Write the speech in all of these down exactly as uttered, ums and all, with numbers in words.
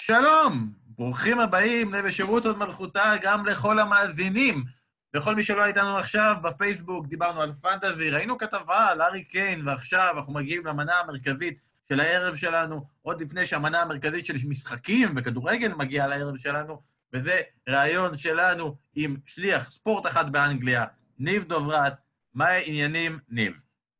שלום, ברוכים הבאים לבשירות עוד מלכותה גם לכל המאזינים. לכל מי שלא איתנו עכשיו בפייסבוק, דיברנו על פנטזי, ראינו כתבה על ארי קיין, ועכשיו אנחנו מגיעים למנה המרכזית של הערב שלנו, עוד לפני שהמנה המרכזית של משחקים וכדורגל מגיעה לערב שלנו, וזה ראיון שלנו עם שליח ספורט אחד באנגליה, ניב דוברת. מה העניינים, ניב?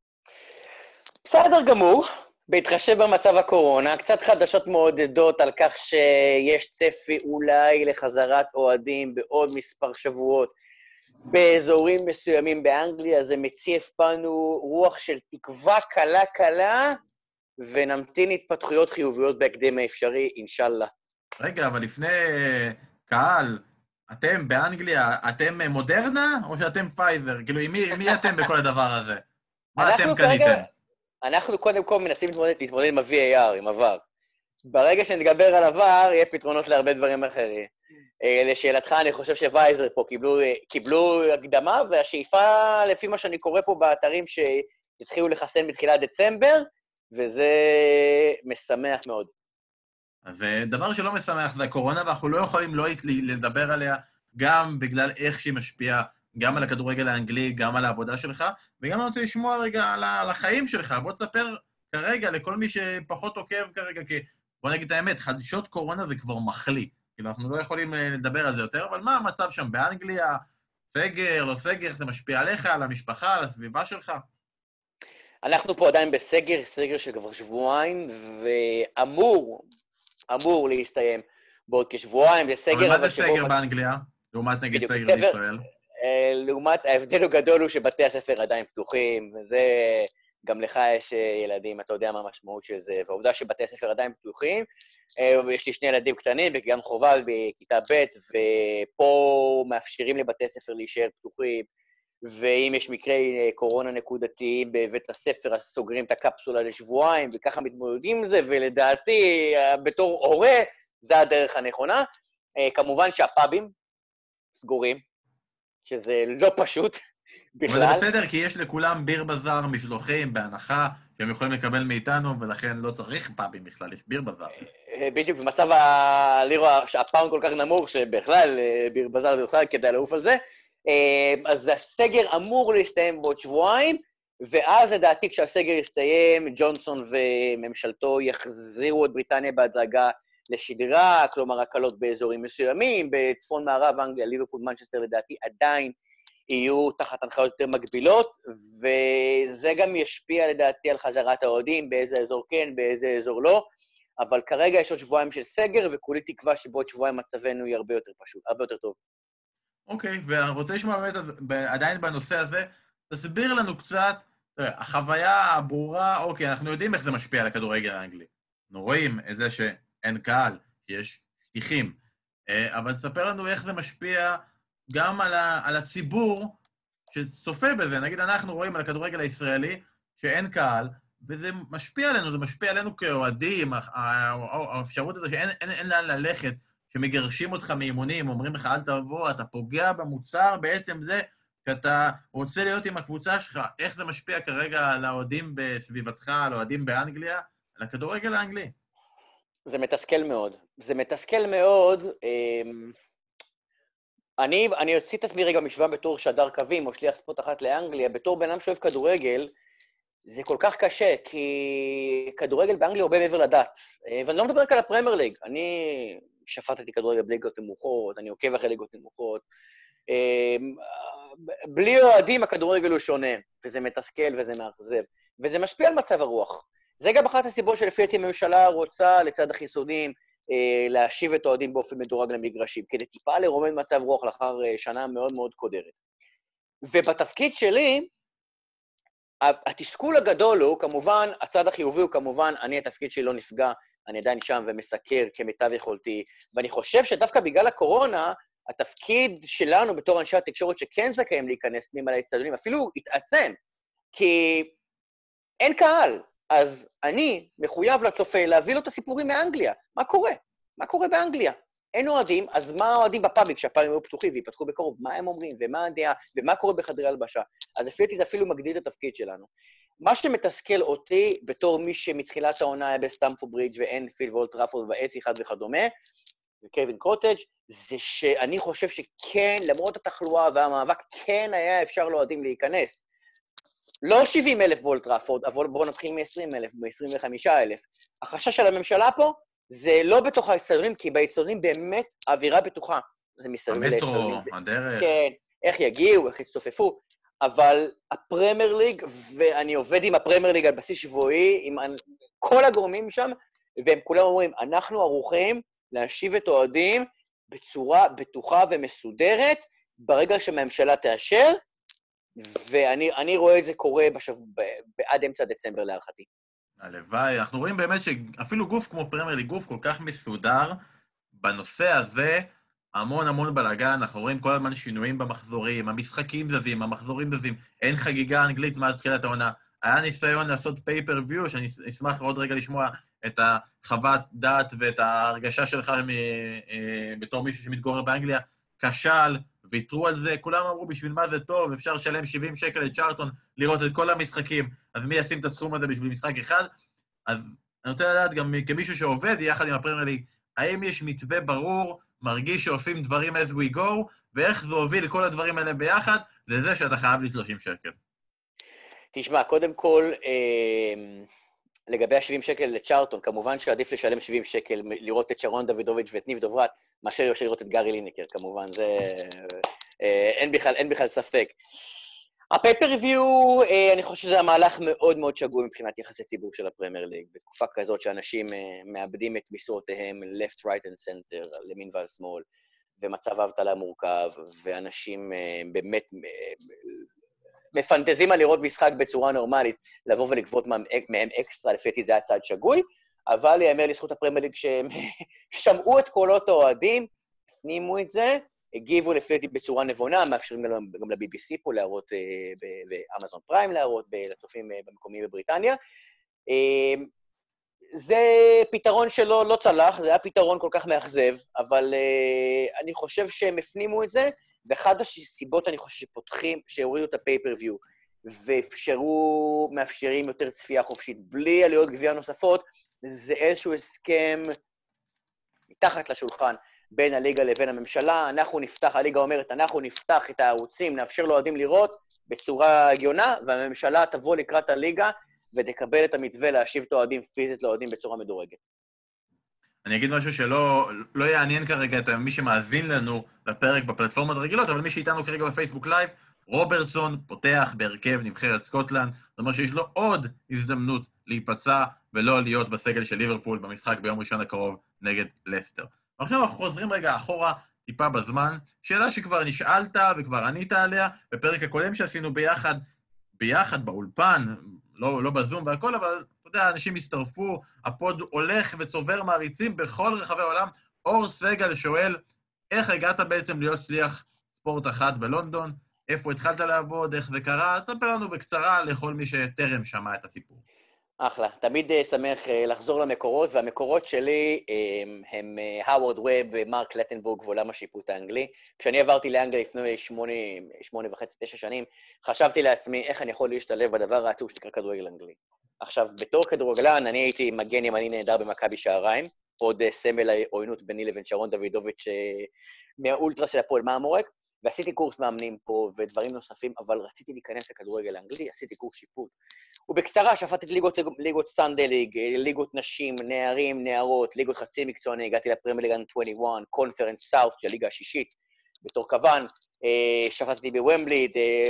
בסדר גמור, בהתחשב במצב הקורונה, קצת חדשות מעודדות על כך שיש צפי אולי לחזרת אוהדים בעוד מספר שבועות באזורים מסוימים באנגליה, זה מציף בנו רוח של תקווה קלה קלה, ונמתין התפתחויות חיוביות בהקדם האפשרי, אינשאללה. רגע, אבל לפני קהל, אתם באנגליה, אתם מודרנה או שאתם פייזר? כאילו, מי, מי אתם בכל הדבר הזה? מה אתם קניתם? כרגע, אנחנו קודם כל מנסים להתמודד, להתמודד עם ה-וי איי אר, עם עבר. ברגע שנתגבר על עבר, יהיה פתרונות להרבה דברים אחרים. לשאלתך, אני חושב שווייזר פה קיבלו, קיבלו הקדמה, והשאיפה, לפי מה שאני קורא פה באתרים, שהתחילו לחסן בתחילת דצמבר, וזה משמח מאוד. ודבר שלא משמח זה הקורונה, ואנחנו לא יכולים לא לדבר עליה, גם בגלל איך שהיא משפיעה, גם על הכדורגל האנגלי, גם על העבודה שלך, וגם אני רוצה לשמוע רגע על החיים שלך. בוא תספר כרגע לכל מי שפחות עוקב כרגע, כי בוא נגיד את האמת, חדשות קורונה זה כבר מחליא. כאילו, אנחנו לא יכולים לדבר על זה יותר, אבל מה המצב שם באנגליה? סגר, לא סגר, זה משפיע עליך, על המשפחה, על הסביבה שלך? אנחנו פה עדיין בסגר, סגר של כבר שבועיים, ואמור, אמור להסתיים בעוד כשבועיים, זה סגר... אבל מה זה סגר באנגליה? לעומת נגיד סגר בישראל? לעומת, ההבדל הגדול הוא שבתי הספר עדיין פתוחים, וזה... גם לך יש ילדים, אתה יודע מה המשמעות של זה, והעובדה שבתי הספר עדיין פתוחים, יש לי שני ילדים קטנים, וגם חובה בכיתה ב', ופה מאפשרים לבתי הספר להישאר פתוחים, ואם יש מקרי קורונה נקודתיים בבית הספר, אז סוגרים את הקפסולה לשבועיים, וככה מתמודדים עם זה, ולדעתי, בתור הורה, זה הדרך הנכונה. כמובן שהפאבים סגורים, שזה לא פשוט, בכלל. אבל זה בסדר, כי יש לכולם ביר בזאר משלוחים בהנחה, שהם יכולים לקבל מאיתנו, ולכן לא צריך פאבים בכלל, יש ביר בזאר. בדיוק, במצב הלירו, הפאונד כל כך נמוך, שבכלל ביר בזאר בכלל כדאי לעוף על זה, אז הסגר אמור להסתיים בעוד שבועיים, ואז לדעתי כשהסגר יסתיים, ג'ונסון וממשלתו יחזירו את בריטניה בהדרגה לשדרה, כלומר הקלות באזורים מסוימים, בצפון מערב אנגליה, ליברפול, מנצ'סטר לדעתי עדיין, יהיו תחת הנחיות יותר מגבילות, וזה גם ישפיע לדעתי על חזרת האוהדים, באיזה אזור כן, באיזה אזור לא, אבל כרגע יש עוד שבועיים של סגר, וכולי תקווה שבעוד שבועיים מצבנו יהיה הרבה יותר פשוט, הרבה יותר טוב. אוקיי, ואני רוצה לשמוע באמת עדיין בנושא הזה, תסביר לנו קצת, החוויה הברורה, אוקיי, אנחנו יודעים איך זה משפיע על הכדורגל האנגלי. אנחנו רואים את זה שאין קהל, שיש שטיחים, אבל תספר לנו איך זה משפיע גם על, ה, על הציבור שצופה בזה. נגיד, אנחנו רואים על הכדורגל הישראלי שאין קהל, וזה משפיע עלינו, זה משפיע עלינו כאוהדים, האפשרות הזו שאין אין, אין לאן ללכת, שמגרשים אותך מאימונים, אומרים לך, אל תבוא, אתה פוגע במוצר, בעצם זה, שאתה רוצה להיות עם הקבוצה שלך, איך זה משפיע כרגע על האוהדים בסביבתך, על האוהדים באנגליה, על הכדורגל האנגלי? זה מתסכל מאוד. זה מתסכל מאוד, אני, אני אוציא את עצמי רגע משוואה בתור שדר קווים, או שליח ספורט אחת לאנגליה, בתור בן אדם שאוהב כדורגל, זה כל כך קשה, כי כדורגל באנגליה הרבה מעבר לדת. ואני לא מדבר רק על הפרמייר ליג, אני שפטתי כדורגל בליגות נמוכות, אני עוקב אחרי ליגות נמוכות. בלי אוהדים הכדורגל הוא שונה, וזה מתסכל וזה מאכזב, וזה משפיע על מצב הרוח. זה גם אחת הסיבות שלפי דעתי הממשלה רוצה לצד החיסונים, להשיב את האוהדים באופן מדורג למגרשים, כדי טיפה לרומם מצב רוח לאחר שנה מאוד מאוד קודרת. ובתפקיד שלי, התסכול הגדול הוא, כמובן, הצד החיובי הוא כמובן, אני התפקיד שלי לא נפגע, אני עדיין שם ומסקר כמיטב יכולתי, ואני חושב שדווקא בגלל הקורונה, התפקיד שלנו בתור אנשי התקשורת שכן זכאים להיכנס פנימה לאצטדיונים, אפילו התעצם, כי אין קהל. אז אני מחויב לצופה להביא לו את הסיפורים מאנגליה. מה קורה? מה קורה באנגליה? אין אוהדים, אז מה האוהדים בפאבים, כשהפאבים היו פתוחים ויפתחו בקרוב? מה הם אומרים, ומה הדעה, ומה קורה בחדרי הלבשה? אז לפי דעתי זה אפילו מגדיל את התפקיד שלנו. מה שמתסכל אותי, בתור מי שמתחילת העונה היה בסטמפורד ברידג' ואנפילד ואולט טראפורד והאס אחד וכדומה, וקווין קוטג', זה שאני חושב שכן, למרות התחלואה והמאבק, כן היה אפשר לאוהדים להיכנס. לא שבעים אלף באולט טראפורד, אבל בואו נתחיל מ-עשרים אלף, מ-עשרים וחמישה אלף. החשש של הממשלה פה, זה לא בתוך האצטדיונים, כי באצטדיונים באמת האווירה בטוחה. זה מסביב לאצטדיונים. המטרו, הדרך. כן, איך יגיעו, איך יצטופפו. אבל הפרמייר ליג, ואני עובד עם הפרמייר ליג על בסיס שבועי, עם כל הגורמים שם, והם כולם אומרים, אנחנו ערוכים להשיב את אוהדים בצורה בטוחה ומסודרת, ברגע שהממשלה תאשר, ואני אני רואה את זה קורה בשב... עד אמצע דצמבר להערכתי. הלוואי, אנחנו רואים באמת שאפילו גוף כמו פרמייר ליג, גוף כל כך מסודר, בנושא הזה, המון המון בלגן, אנחנו רואים כל הזמן שינויים במחזורים, המשחקים זזים, המחזורים זזים, אין חגיגה אנגלית מאז תחילת העונה. היה ניסיון לעשות פייפר-ויו, שאני אשמח עוד רגע לשמוע את החוות דעת ואת ההרגשה שלך בתור מישהו שמתגורר באנגליה, כשל, ויתרו על זה, כולם אמרו בשביל מה זה טוב, אפשר לשלם שבעים שקל לצ'ארטון, לראות את כל המשחקים, אז מי ישים את הסכום הזה בשביל משחק אחד? אז אני רוצה לדעת גם כמישהו שעובד יחד עם הפרמייר ליג, האם יש מתווה ברור, מרגיש שעושים דברים as we go, ואיך זה הוביל כל הדברים האלה ביחד, לזה שאתה חייב לי שלושים שקל. תשמע, קודם כל, לגבי ה-שבעים שקל לצ'ארטון, כמובן שעדיף לשלם שבעים שקל, לראות את שרון דוידוביץ' ואת ניב דוברת, מאשר לראות את גארי לינקר, כמובן, זה... אין בכלל, אין בכלל ספק. הפייפר ריוויו, אני חושב שזה המהלך מאוד מאוד שגוי מבחינת יחסי ציבור של הפרמייר ליג, בתקופה כזאת שאנשים מאבדים את משרותיהם left, right and center, למין ועל שמאל, ומצב האבטלה מורכב, ואנשים באמת מפנטזים על לראות משחק בצורה נורמלית, לבוא ולגבות מהם אקסטרה, לפי זה היה צעד שגוי, אבל יאמר לזכות הפרמייר ליג שהם שמעו את קולות האוהדים, הפנימו את זה, הגיבו לפי בצורה נבונה, מאפשרים גם ל-בי בי סי פה להראות, באמזון פריים להראות, לצופים במקומיים בבריטניה. זה פתרון שלו לא צלח, זה היה פתרון כל כך מאכזב, אבל אני חושב שהם הפנימו את זה, ואחת הסיבות אני חושב שפותחים, שהורידו את הפייפר-ויו, ואפשרו, מאפשרים יותר צפייה חופשית, בלי עלויות גבייה נוספות, זה איזשהו הסכם מתחת לשולחן, בין הליגה לבין הממשלה, אנחנו נפתח, הליגה אומרת, אנחנו נפתח את הערוצים, נאפשר לאוהדים לראות בצורה הגיונה, והממשלה תבוא לקראת הליגה, ותקבל את המתווה להשיב את האוהדים פיזית לאוהדים בצורה מדורגת. אני אגיד משהו שלא לא יעניין כרגע את מי שמאזין לנו לפרק בפלטפורמות הרגילות, אבל מי שאיתנו כרגע בפייסבוק לייב, רוברטסון פותח בהרכב נבחרת סקוטלנד, זאת אומרת שיש לו עוד הזדמנות להיפצע ולא להיות בסגל של ליברפול במשחק ביום ראשון הקרוב נגד לסטר. עכשיו אנחנו חוזרים רגע אחורה טיפה בזמן, שאלה שכבר נשאלת וכבר ענית עליה, בפרק הקודם שעשינו ביחד, ביחד באולפן, לא, לא בזום והכל, אבל אתה יודע, אנשים הסתרפו, הפוד הולך וצובר מעריצים בכל רחבי העולם. אור סגל שואל, איך הגעת בעצם להיות שליח ספורט אחת בלונדון? איפה התחלת לעבוד? איך זה קרה? תספר לנו בקצרה לכל מי שטרם שמע את הסיפור. אחלה, תמיד שמח לחזור למקורות, והמקורות שלי הם האוורד ווב, מרק לטנבורג ועולם השיפוט האנגלי. כשאני עברתי לאנגליה לפני שמונה, שמונה וחצי, תשע שנים, חשבתי לעצמי איך אני יכול להשתלב בדבר העצוב שנקרא כדורגל אנגלי. עכשיו, בתור כדורגלן, אני הייתי מגן ימני נהדר במכבי שעריים, עוד סמל העוינות ביני לבין שרון דוידוביץ' מהאולטרה של הפועל מאמורק, ועשיתי קורס מאמנים פה ודברים נוספים, אבל רציתי להיכנס לכדורגל האנגלי, עשיתי קורס שיפוט. ובקצרה, שפטתי ליגות, ליגות סנדי ליג, ליגות נשים, נערים, נערות, ליגות חצי מקצועני, הגעתי לפרמייר ליג עשרים ואחת, קונפרנס סאות' של הליגה השישית, בתור כוון, שפטתי בוומבלי,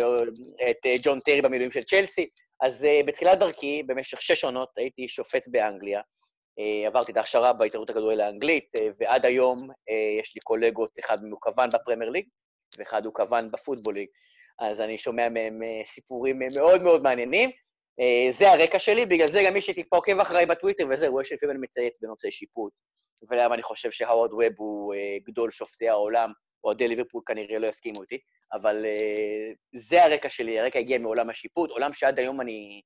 את ג'ון טרי במילואים של צ'לסי, אז בתחילת דרכי, במשך שש עונות, הייתי שופט באנגליה, עברתי את ההכשרה בהתאחדות הכדורגל האנגלית, ועד היום יש לי קולגות, אחד הוא כוון בפרמייר ליג, ואחד הוא כוון בפוטבול ליג, אז אני שומע מהם סיפורים מאוד מאוד מעניינים. זה הרקע שלי, בגלל זה גם מי שטיפה עוקב אחריי בטוויטר, וזה, רואה שלפעמים אני מצייץ בנושא שיפוט, ולמה אני חושב שהאוורד ווב הוא גדול שופטי העולם, אוהדי ליברפול כנראה לא יסכימו אותי, אבל זה הרקע שלי, הרקע הגיע מעולם השיפוט, עולם שעד היום אני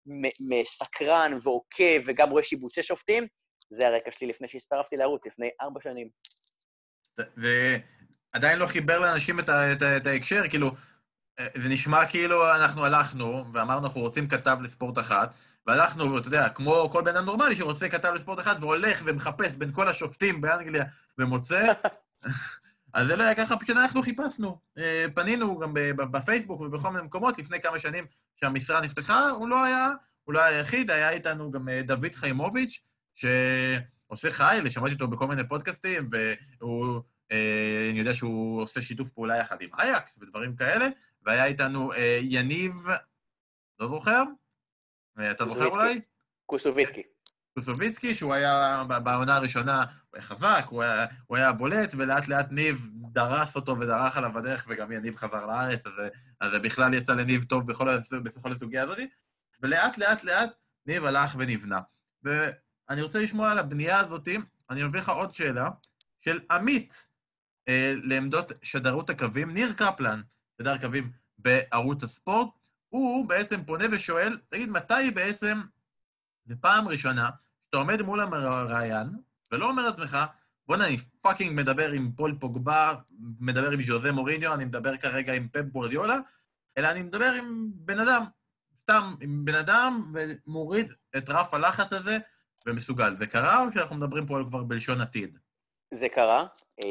מסקרן ועוקב, וגם רואה שיבוצי שופטים, זה הרקע שלי לפני שהצטרפתי לערוץ, לפני ארבע שנים. ועדיין לא חיבר לאנשים את, ה, את, ה, את ההקשר, כאילו, זה נשמע כאילו אנחנו הלכנו, ואמרנו אנחנו רוצים כתב לספורט אחת, והלכנו, אתה יודע, כמו כל בן אדם נורמלי שרוצה כתב לספורט אחת, והולך ומחפש בין כל השופטים באנגליה ומוצא, אז זה לא היה ככה, פשוט אנחנו חיפשנו. פנינו גם בפייסבוק ובכל מיני מקומות, לפני כמה שנים שהמשרה נפתחה, הוא לא היה, הוא לא היה היחיד, היה איתנו גם דוד חיימוביץ', שעושה חייל, שמעתי אותו בכל מיני פודקאסטים, והוא, אני יודע שהוא עושה שיתוף פעולה יחד עם אייקס ודברים כאלה, והיה איתנו יניב, לא זוכר? אתה זוכר אולי? קוסוביצקי. קוסוביצקי, שהוא היה בעונה הראשונה, הוא היה חזק, הוא היה, הוא היה בולט, ולאט לאט ניב דרס אותו ודרך עליו בדרך, וגם יניב חזר לארץ, אז, אז זה בכלל יצא לניב טוב בכל, בכל הסוגיה הזאת, ולאט לאט לאט ניב הלך ונבנה. ואני רוצה לשמוע על הבנייה הזאת, אני מביא לך עוד שאלה, של עמית אה, לעמדות שדרות הקווים, ניר קפלן, שדר קווים בערוץ הספורט, הוא בעצם פונה ושואל, תגיד, מתי בעצם, זה פעם ראשונה, שאתה עומד מול המראיין, ולא אומר לעצמך, בוא'נה, אני פאקינג מדבר עם פול פוגבה, מדבר עם ז'וזה מוריניו, אני מדבר כרגע עם פפ גוארדיולה, אלא אני מדבר עם בן אדם, סתם עם בן אדם, ומוריד את רף הלחץ הזה, ומסוגל. זה קרה, או שאנחנו מדברים פה כבר בלשון עתיד? זה קרה.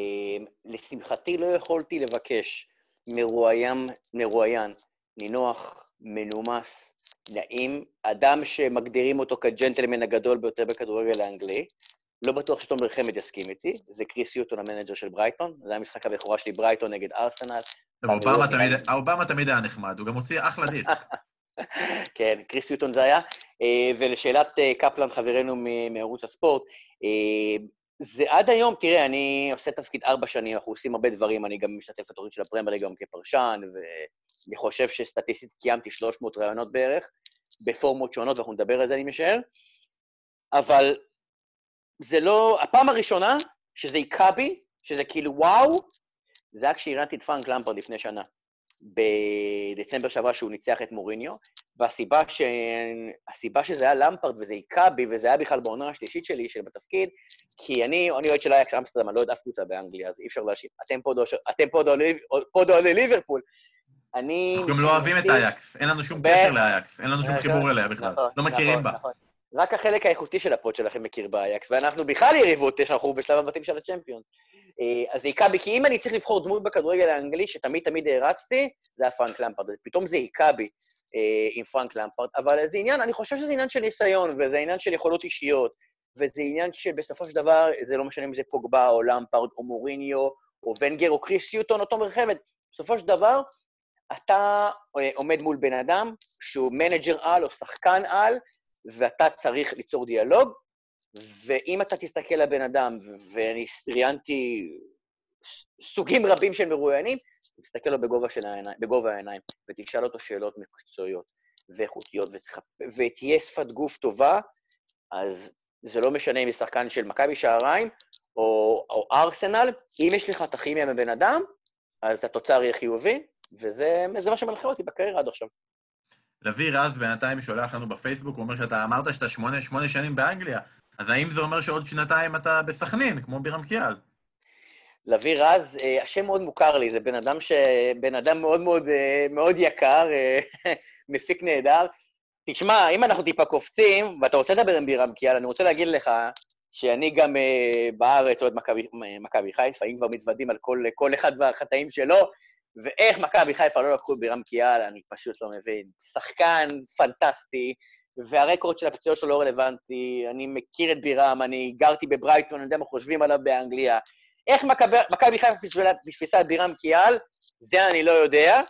לשמחתי לא יכולתי לבקש מרואיין, מרואיין, נינוח, מנומס, נעים, אדם שמגדירים אותו כג'נטלמן הגדול ביותר בכדורגל האנגלי, לא בטוח שתומר חמד יסכים איתי, זה קריס יוטון, המנג'ר של ברייטון, זה המשחק הבכורה שלי, ברייטון נגד ארסנל. אובמה תמיד היה נחמד, הוא גם הוציא אחלה דיסק. כן, קריס יוטון זה היה. ולשאלת קפלן, חברנו מערוץ הספורט, זה עד היום, תראה, אני עושה תפקיד ארבע שנים, אנחנו עושים הרבה דברים, אני גם משתתף בתוכנית של הפרמייר ליג גם כפרשן, ואני חושב שסטטיסטית קיימתי שלוש מאות רעיונות בערך, בפורמות שונות, ואנחנו נדבר על זה, אני משער, אבל זה לא, הפעם הראשונה שזה היכה בי, שזה כאילו וואו, זה היה כשהירנתי את פרנק למפרד לפני שנה, בדצמבר שעברה שהוא ניצח את מוריניו, והסיבה ש... הסיבה שזה היה למפרד וזה היכה בי, וזה היה בכלל בעונה השלישית שלי, של בתפקיד, כי אני, אני אוהד של אייקס אמסטרדם, אני לא יודע אף קבוצה באנגליה, אז אי אפשר להשאיר. אתם פה דו לליברפול. אני... אנחנו גם לא אוהבים את אייקס, אין לנו שום קשר לאייקס, אין לנו שום חיבור אליה בכלל, לא מכירים בה. רק החלק האיכותי של הפוד שלכם מכיר באייקס, ואנחנו בכלל יריבות, שאנחנו בשלב הבתים של הצ'מפיונס. אז זה היכה בי, כי אם אני צריך לבחור דמות בכדורגל האנגלי, שתמיד תמיד הרצתי, זה היה פרנק למפרד. פתאום זה היכה בי עם פרנק למפרד, אבל זה עניין, אני חושב שזה עניין של ניסיון, וזה עניין של יכולות אישיות, וזה עניין שבסופו של דבר, זה לא משנה אם זה פוגבה, או למפרד, או מוריניו, או ונגר, או קריס יוטון, או תומר חמד. בסופו של דבר, אתה עומד מול בן אדם, שהוא מנג'ר על, או שחקן על, ואתה צריך ליצור דיאלוג, ואם אתה תסתכל לבן אדם, ואני ראיינתי סוגים רבים של מרואיינים, תסתכל לו בגובה, של העיניים, בגובה העיניים, ותשאל אותו שאלות מקצועיות ואיכותיות, ותהיה שפת גוף טובה, אז זה לא משנה אם שחקן של מכבי שעריים, או, או ארסנל, אם יש לך את הכימיה מבן אדם, אז התוצר יהיה חיובי, וזה מה שמלכה אותי בקריירה עד עכשיו. לוי רז בינתיים שולח לנו בפייסבוק, הוא אומר שאתה אמרת שאתה שמונה, שמונה שנים באנגליה, אז האם זה אומר שעוד שנתיים אתה בסכנין, כמו בירם קיאל? לוי רז, השם מאוד מוכר לי, זה בן אדם, ש... בן אדם מאוד מאוד, מאוד יקר, מפיק נהדר. תשמע, אם אנחנו טיפה קופצים, ואתה רוצה לדבר עם בירם קיאל, אני רוצה להגיד לך שאני גם בארץ עוד מכבי חיפה, אם כבר מתוודים על כל, כל אחד והחטאים שלו, ואיך מכבי חיפה לא לקחו בירם קיאל, אני פשוט לא מבין. שחקן פנטסטי, והרקורד של הפציעות שלו לא רלוונטי, אני מכיר את בירם, אני גרתי בברייטון, אני יודע מה חושבים עליו באנגליה. איך מכבי חיפה תפסה את בירם קיאל, זה אני לא יודע.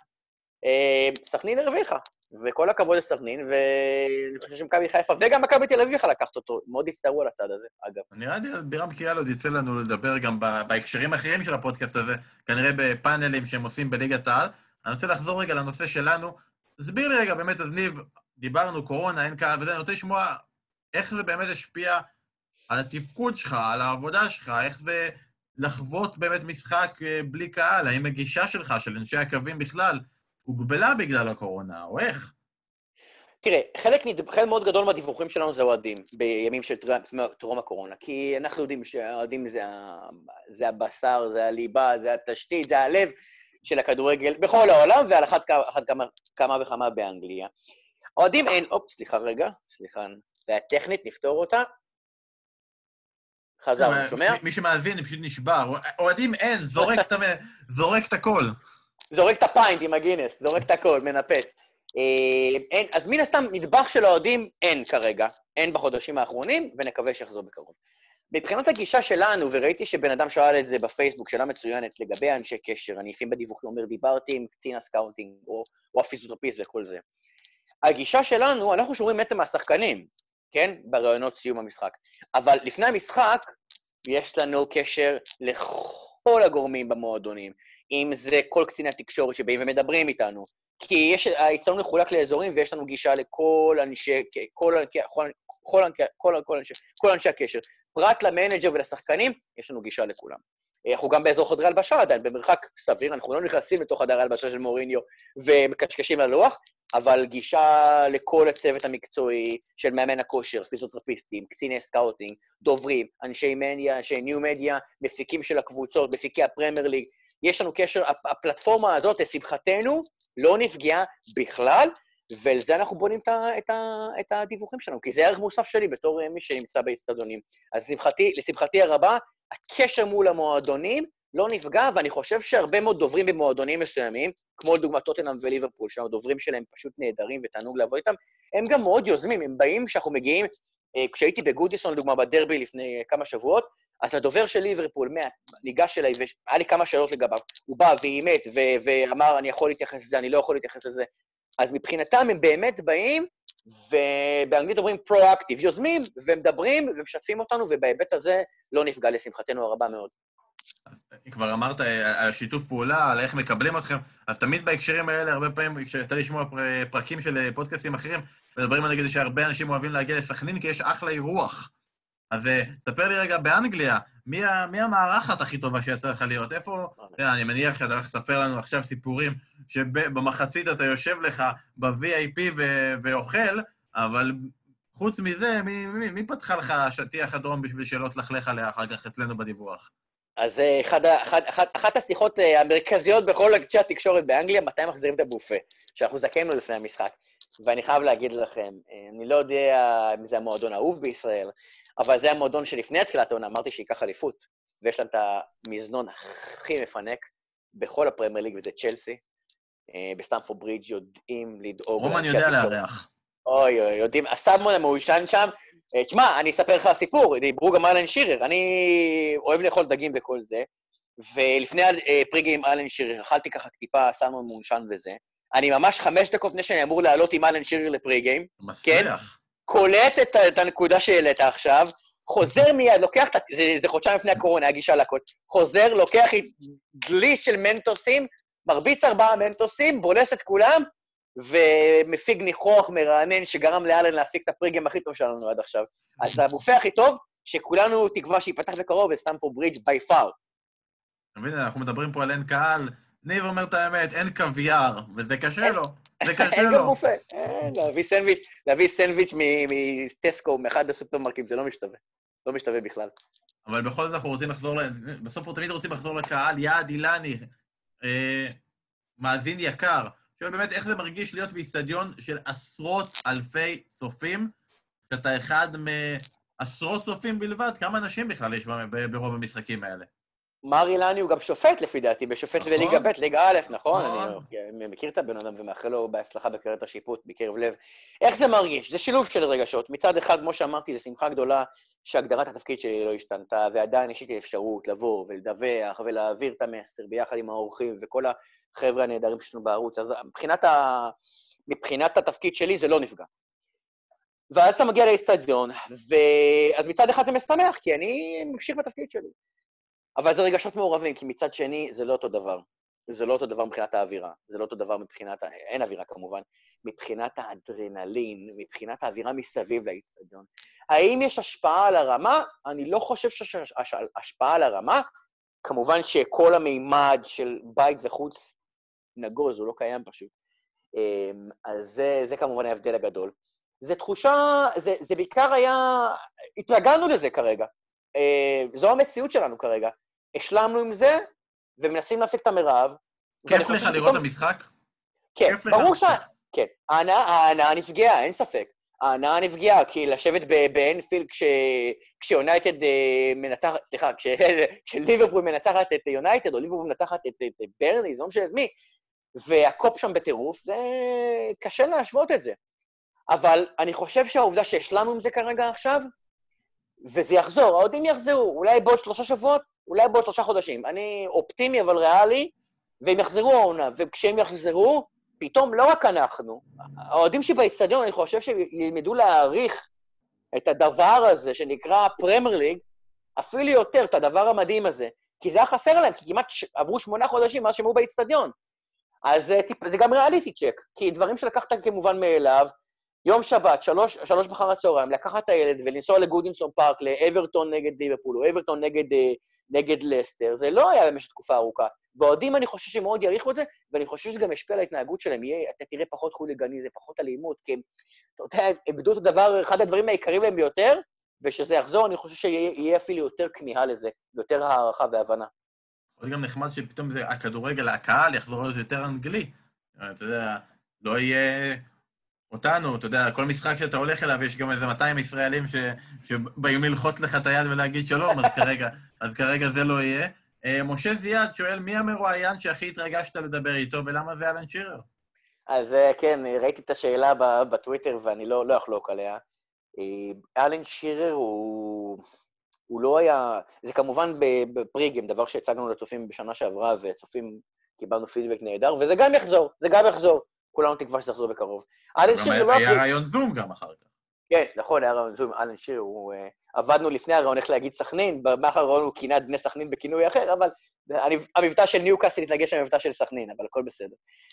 סכנין הרוויחה, וכל הכבוד לסכנין, ואני חושב שמכבי חיפה, וגם מכבי תל אביב לקחת אותו, מאוד הצטערו על הצד הזה, אגב. נראה לי, בירם קיאל עוד יצא לנו לדבר גם בהקשרים האחרים של הפודקאסט הזה, כנראה בפאנלים שהם עושים בליגת העל. אני רוצה לחזור רגע לנושא שלנו. תסביר לי רגע, באמת, אז ניב, דיברנו, קורונה, אין קהל, וזה, אני רוצה לשמוע איך זה באמת השפיע על התפקוד שלך, על העבודה שלך, איך זה לחוות באמת משחק בלי קהל, האם הגישה שלך, של אנשי הקווים בכלל, הוגבלה בגלל הקורונה, או איך? תראה, חלק, חלק מאוד גדול מהדיווחים שלנו זה אוהדים, בימים של טרום הקורונה, כי אנחנו יודעים שהאוהדים זה, זה הבשר, זה הליבה, זה התשתית, זה הלב, של הכדורגל בכל העולם, ועל אחת כמה, כמה וכמה באנגליה. אוהדים אין, אופ, סליחה רגע, סליחה, זה היה טכנית, נפתור אותה. חזר, שומע? מי שמאזין, פשוט נשבר. אוהדים אין, זורק את הכל. זורק את הפיינט עם הגינס, זורק את הכל, מנפץ. אין, אז מן הסתם, נדבך של האוהדים אין כרגע, אין בחודשים האחרונים, ונקווה שיחזור בקרוב. מבחינת הגישה שלנו, וראיתי שבן אדם שאל את זה בפייסבוק, שאלה מצוינת, לגבי אנשי קשר, אני לפעמים בדיווחים אומר, דיברתי עם קצין הסקאוטינג, או, או הפיזיותרפיסט וכל זה. הגישה שלנו, אנחנו שומרים מטר מהשחקנים, כן? ברעיונות סיום המשחק. אבל לפני המשחק, יש לנו קשר לכל הגורמים במועדונים, אם זה כל קציני התקשורת שבאים ומדברים איתנו, כי יש, האצטדיון מחולק לאזורים, ויש לנו גישה לכל אנשי, כל, כל, כל, כל, כל, אנשי, כל אנשי הקשר. פרט למנג'ר ולשחקנים, יש לנו גישה לכולם. אנחנו גם באזור חדרי הלבשה, עדיין במרחק סביר, אנחנו לא נכנסים לתוך חדרי הלבשה של מוריניו ומקשקשים ללוח, אבל גישה לכל הצוות המקצועי של מאמן הכושר, פיזיותרפיסטים, קציני סקאוטינג, דוברים, אנשי מדיה, אנשי ניו מדיה, מפיקים של הקבוצות, מפיקי הפרמייר ליג, יש לנו קשר, הפלטפורמה הזאת, לשמחתנו, לא נפגעה בכלל, ולזה אנחנו בונים את, ה, את, ה, את הדיווחים שלנו, כי זה ערך מוסף שלי בתור מי שנמצא באצטדיונים. אז לשמחתי, לשמחתי הרבה, הקשר מול המועדונים לא נפגע, ואני חושב שהרבה מאוד דוברים במועדונים מסוימים, כמו לדוגמת טוטנהאם וליברפול, שהדוברים שלהם פשוט נהדרים ותענוג לעבוד איתם, הם גם מאוד יוזמים, הם באים כשאנחנו מגיעים, כשהייתי בגודיסון, לדוגמה בדרבי לפני כמה שבועות, אז הדובר של ליברפול, ניגש אליי, והיה לי כמה שאלות לגביו, הוא בא ואימת, ו- ואמר, אני יכול להתייחס לזה, אני לא יכול להתייחס לזה, אז מבחינתם הם באמת באים, ובאנגלית אומרים פרו-אקטיב, יוזמים ומדברים ומשתפים אותנו, ובהיבט הזה לא נפגע לשמחתנו הרבה מאוד. כבר אמרת על שיתוף פעולה, על איך מקבלים אתכם, אז תמיד בהקשרים האלה, הרבה פעמים, כשאתה לשמוע פרקים של פודקאסטים אחרים, מדברים על זה שהרבה אנשים אוהבים להגיע לסכנין, כי יש אחלה אירוח. אז תספר לי רגע, באנגליה, מי, מי המערכת הכי טובה שיצא לך להיות? איפה, אני מניח שאתה הולך לספר לנו עכשיו סיפורים, שבמחצית אתה יושב לך ב-וי איי פי ו- ואוכל, אבל חוץ מזה, מי, מי, מי פתחה לך שטיח אדום בשביל שלא תלכלך עליה אחר כך אצלנו בדיווח? אז אחד, אחד, אחת, אחת השיחות המרכזיות בכל אנשי התקשורת באנגליה, מתי מחזירים את הבופה, שאנחנו זכינו לפני המשחק. ואני חייב להגיד לכם, אני לא יודע אם זה המועדון האהוב בישראל, אבל זה המועדון שלפני התחילת העונה, אמרתי שיקח אליפות, ויש להם את המזנון הכי מפנק בכל הפרמייר ליג, וזה צ'לסי. בסטמפורד ברידג' יודעים לדאוג... רומן יודע לארח. אוי, אוי, יודעים, הסמון המאושן שם, תשמע, אני אספר לך סיפור, דיברו גם אלן שירר, אני אוהב לאכול דגים בכל זה, ולפני פריגי עם אלן שירר, אכלתי ככה טיפה סמון מאושן וזה, אני ממש חמש דקות לפני שאני אמור לעלות עם אלן שירר לפריגיים, כן? קולט את, את הנקודה שהעלית עכשיו, חוזר מיד, לוקח, זה, זה חודשיים לפני הקורונה, הגישה לקוד, חוזר, לוקח דלי של מנטוסים, מרביץ ארבעה מנטוסים, בולס את כולם, ומפיג ניחוח מרענן שגרם לאלן להפיק את הפריגיים הכי טוב שלנו עד עכשיו. אז הבופה הכי טוב, שכולנו תקווה שיפתח בקרוב, בסטמפורד ברידג' by far. אנחנו מדברים פה על אין קהל, ניב אומר את האמת, אין קוויאר, וזה קשה לו, זה קשה לו. אין גם בופה, להביא סנדוויץ', להביא סנדוויץ' מטסקו, מאחד הסופרמרקים, זה לא משתווה, לא משתווה בכלל. אבל בכל זאת אנחנו רוצים לחזור, בסוף תמיד רוצים לחזור לקהל, יעד אילני, מאזין יקר, שואל באמת איך זה מרגיש להיות באצטדיון של עשרות אלפי צופים, שאתה אחד מעשרות צופים בלבד, כמה אנשים בכלל יש ברוב המשחקים האלה? מר אילני הוא גם שופט לפי דעתי, בשופט בליגה ב', ליגה א', נכון? אני מכיר את הבן אדם ומאחל לו בהצלחה בקריירת השיפוט, בקרב לב. איך זה מרגיש? זה שילוב של רגשות. מצד אחד, כמו שאמרתי, זו שמחה גדולה שהגדרת התפקיד שלי לא השתנתה, ועדיין יש לי אפשרות לבוא ולדווח ולהעביר את המסר ביחד עם האורחים וכל החבר'ה הנהדרים שלנו בערוץ. אז מבחינת, ה... מבחינת התפקיד שלי זה לא נפגע. ואז אתה מגיע לאצטדיון, ואז מצד אחד זה משמח, כי אני ממשיך בתפקיד שלי. אבל זה רגשות מעורבים, כי מצד שני זה לא אותו דבר. זה לא אותו דבר מבחינת האווירה, זה לא אותו דבר מבחינת, אין אווירה כמובן, מבחינת האדרנלין, מבחינת האווירה מסביב לאצטדיון. האם יש השפעה על הרמה? אני לא חושב שיש השפעה על הרמה, כמובן שכל המימד של בית וחוץ נגוז, הוא לא קיים פשוט. אז זה, זה כמובן ההבדל הגדול. זה תחושה, זה, זה בעיקר היה, התרגלנו לזה כרגע. זו המציאות שלנו כרגע. השלמנו עם זה, ומנסים להפיק את המרב, כיף לך לראות את המשחק? כן, ברור ש... כן, ההנאה נפגעה, אין ספק. ההנאה נפגעה, כי לשבת באנפילד כשיונייטד מנצחת, סליחה, כשליברפול מנצחת את יונייטד, או ליברפול מנצחת את ברנלי, זה לא משנה את מי, והקופ שם בטירוף, זה קשה להשוות את זה. אבל אני חושב שהעובדה שהשלמנו עם זה כרגע עכשיו, וזה יחזור, העודים יחזרו, אולי בעוד שלושה שבועות, אולי בעוד שלושה חודשים. אני אופטימי אבל ריאלי, והם יחזרו העונה, וכשהם יחזרו, פתאום לא רק אנחנו, העודים שבאצטדיון, אני חושב שילמדו להעריך את הדבר הזה שנקרא פרמייר ליג, אפילו יותר, את הדבר המדהים הזה, כי זה היה חסר להם, כי כמעט ש... עברו שמונה חודשים מאז שהם היו באצטדיון. אז זה גם ריאליטי צ'ק, כי דברים שלקחת כמובן מאליו, יום שבת, שלוש, שלוש בחר הצהריים, לקחת את הילד ולנסוע לגודינסון פארק, לאברטון נגד ליברפול, או אברטון נגד, נגד לסטר, זה לא היה במשך תקופה ארוכה. ועודים אני חושב שמאוד יריחו את זה, ואני חושב שזה גם ישפיע על ההתנהגות שלהם, יהיה, אתה תראה פחות חוליגני, זה פחות אלימות, כי הם, אתה יודע, איבדו את הדבר, אחד הדברים העיקריים להם ביותר, ושזה יחזור, אני חושב שיהיה אפילו יותר כמיהה לזה, ויותר הערכה והבנה. זה גם נחמד שפתאום זה, הכדורגל, הקהל יחזור להיות יותר אנגלי. אתה יודע, לא יהיה אותנו, אתה יודע, כל משחק שאתה הולך אליו, יש גם איזה מאתיים ישראלים ש, שבאים ללחוץ לך את היד ולהגיד שלום, אז כרגע, אז כרגע זה לא יהיה. משה זיאד שואל, מי המרואיין שהכי התרגשת לדבר איתו, ולמה זה אלן שירר? אז כן, ראיתי את השאלה בטוויטר, ואני לא, לא אחלוק עליה. אלן שירר הוא, הוא לא היה, זה כמובן בפריגם, דבר שהצגנו לצופים בשנה שעברה, וצופים קיבלנו פידבק נהדר, וזה גם יחזור, זה גם יחזור. כולנו תקווה שזה יחזור בקרוב. אלן שירר לא... היה רעיון זום גם אחר כך. כן, נכון, היה רעיון זום, אלן שירר, הוא... עבדנו לפני הרעיון איך להגיד סכנין, במאחר הרעיון הוא כינה בני סכנין בכינוי אחר, אבל המבטא של ניוקאסל התנגש למבטא של סכנין, אבל הכל בסדר.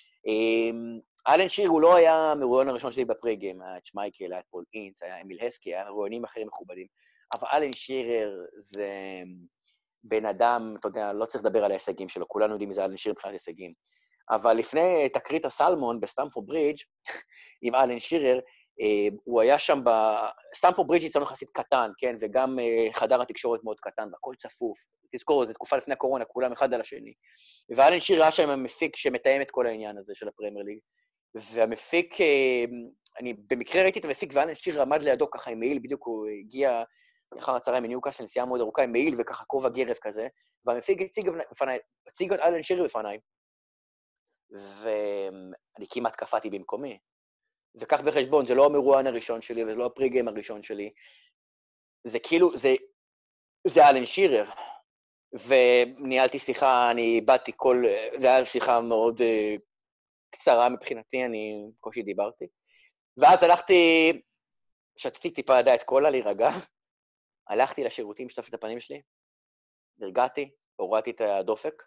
אלן שירר הוא לא היה המרואיין הראשון שלי בפריגם, היה את שמייקל, היה את פול אינץ, היה אמיל הסקי, היה מרואיינים אחרים מכובדים, אבל אלן שירר זה בן אדם, אתה יודע, לא צריך לדבר על ההישגים שלו, כולנו יודעים מזה אלן שירר מבחינת הישגים, אבל לפני תקרית הסלמון בסטמפורד ברידג' עם אלן שירר, הוא היה שם בסטמפורד ברידג' יצאנו יחסית קטן, כן, וגם חדר התקשורת מאוד קטן, והכל צפוף. תזכור, זו תקופה לפני הקורונה, כולם אחד על השני. ואלן שירר היה שם המפיק שמתאם את כל העניין הזה של הפרמייר ליג. והמפיק, אני במקרה ראיתי את המפיק, ואלן שירר עמד לידו ככה עם מעיל, בדיוק הוא הגיע אחר הצהריים מניוקאסל, נסיעה מאוד ארוכה עם מעיל וככה כובע גרב כזה, והמפיק הציג בפניי, הציג את אלן שירר בפניי. ואני כמעט קפאתי במקומי. וכך בחשבון, זה לא המרואיין הראשון שלי, וזה לא הפריגיים הראשון שלי. זה כאילו, זה, זה אלן שירר. וניהלתי שיחה, אני באתי כל, זה היה שיחה מאוד uh, קצרה מבחינתי, אני קושי דיברתי. ואז הלכתי, שתתי טיפה ידע את קולה להירגע, הלכתי לשירותים, שטפתי את הפנים שלי, נרגעתי, הורדתי את הדופק,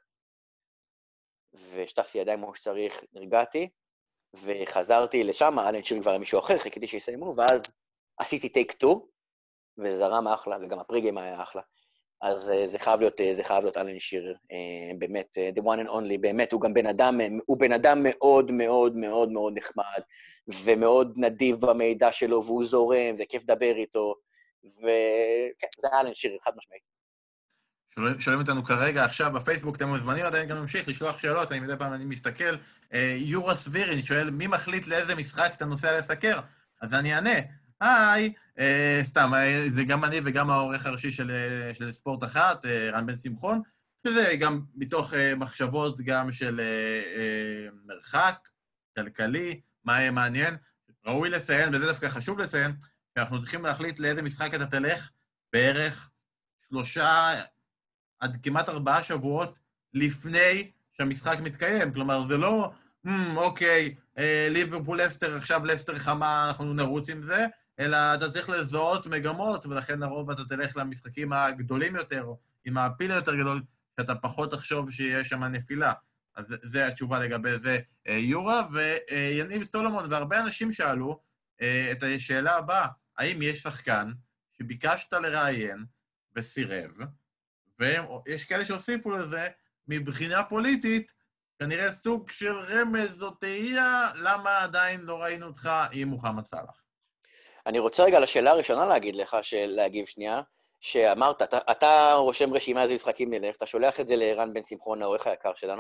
ושטפתי ידיים כמו שצריך, נרגעתי, וחזרתי לשם, אלן שירר כבר מישהו אחר, חיכיתי שיסיימו, ואז עשיתי טייק טו, וזה זרם אחלה, וגם הפריגיים היה אחלה. אז זה חייב להיות, זה חייב להיות אלן שירר, באמת, the one and only, באמת, הוא גם בן אדם, הוא בן אדם מאוד מאוד מאוד מאוד נחמד, ומאוד נדיב במידע שלו, והוא זורם, זה כיף לדבר איתו, וכן, זה אלן שירר, חד משמעית. שואלים אותנו כרגע, עכשיו בפייסבוק, אתם מוזמנים עדיין גם להמשיך לשלוח שאלות, אני מדי פעם אני מסתכל, יורה סבירין שואל, מי מחליט לאיזה משחק אתה נוסע לסקר? אז אני אענה, היי, סתם, זה גם אני וגם העורך הראשי של, של ספורט אחת, רן בן שמחון, שזה גם מתוך מחשבות גם של מרחק, כלכלי, מה יהיה מעניין, ראוי לציין, וזה דווקא חשוב לציין, שאנחנו צריכים להחליט לאיזה משחק אתה תלך, בערך שלושה עד כמעט ארבעה שבועות לפני שהמשחק מתקיים. כלומר, זה לא, אוקיי, ליברפול לסטר, עכשיו לסטר חמה, אנחנו נרוץ עם זה, אלא אתה צריך לזהות מגמות, ולכן הרוב אתה תלך למשחקים הגדולים יותר, עם הפיל היותר גדול, שאתה פחות תחשוב שיש שם נפילה. אז זה התשובה לגבי זה יורה, ויניב סולומון, והרבה אנשים שאלו את השאלה הבאה, האם יש שחקן שביקשת לראיין וסירב, ויש כאלה שהוסיפו לזה, מבחינה פוליטית, כנראה סוג של רמז או תהייה, למה עדיין לא ראינו אותך עם מוחמד סלאח? אני רוצה רגע לשאלה הראשונה להגיד לך, להגיב שנייה, שאמרת, אתה, אתה רושם רשימה איזה משחקים נלך, אתה שולח את זה לרן בן שמחון, העורך היקר שלנו,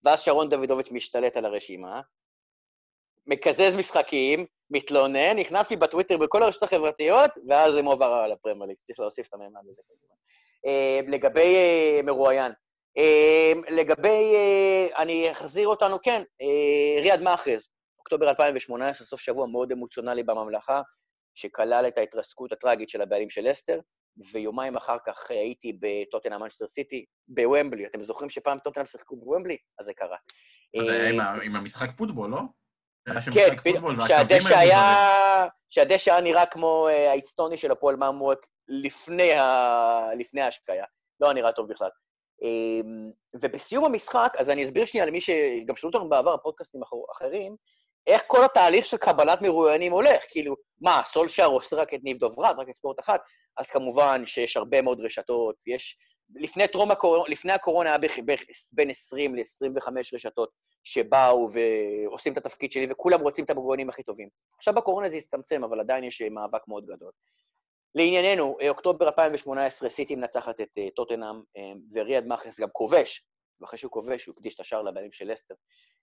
ואז שרון דוידוביץ' משתלט על הרשימה, מקזז משחקים, מתלונן, נכנס לי בטוויטר בכל הרשתות החברתיות, ואז זה מועבר על הפרמייר ליג, צריך להוסיף את הממד הזה. לגבי מרואיין, לגבי, אני אחזיר אותנו, כן, ריאד מאחרז, אוקטובר אלפיים ושמונה עשרה, סוף שבוע מאוד אמוציונלי בממלכה, שכלל את ההתרסקות הטרגית של הבעלים של לסטר, ויומיים אחר כך הייתי בטוטנהאם מנצ'סטר סיטי, בוומבלי. אתם זוכרים שפעם טוטנהאם שיחקו בוומבלי? אז זה קרה. זה עם המשחק פוטבול, לא? כן, שהדשא היה נראה כמו האצטוני של הפועל ממרוק לפני ההשקיה. לא היה נראה טוב בכלל. ובסיום המשחק, אז אני אסביר שנייה למי שגם שאלו אותנו בעבר, פודקאסטים אחרים, איך כל התהליך של קבלת מרואיינים הולך, כאילו, מה, סולשר עושה רק את ניב דוברת, רק את ספורט אחת, אז כמובן שיש הרבה מאוד רשתות, יש, לפני טרום הקורונה, לפני הקורונה היה בין עשרים ל-עשרים וחמש רשתות שבאו ועושים את התפקיד שלי, וכולם רוצים את המרואיינים הכי טובים. עכשיו בקורונה זה יצטמצם, אבל עדיין יש מאבק מאוד גדול. לענייננו, אוקטובר אלפיים ושמונה עשרה, סיטי מנצחת את טוטנהאם, וריאד מאחרז גם כובש, ואחרי שהוא כובש, הוא הקדיש את השער לבעלים של לסטר.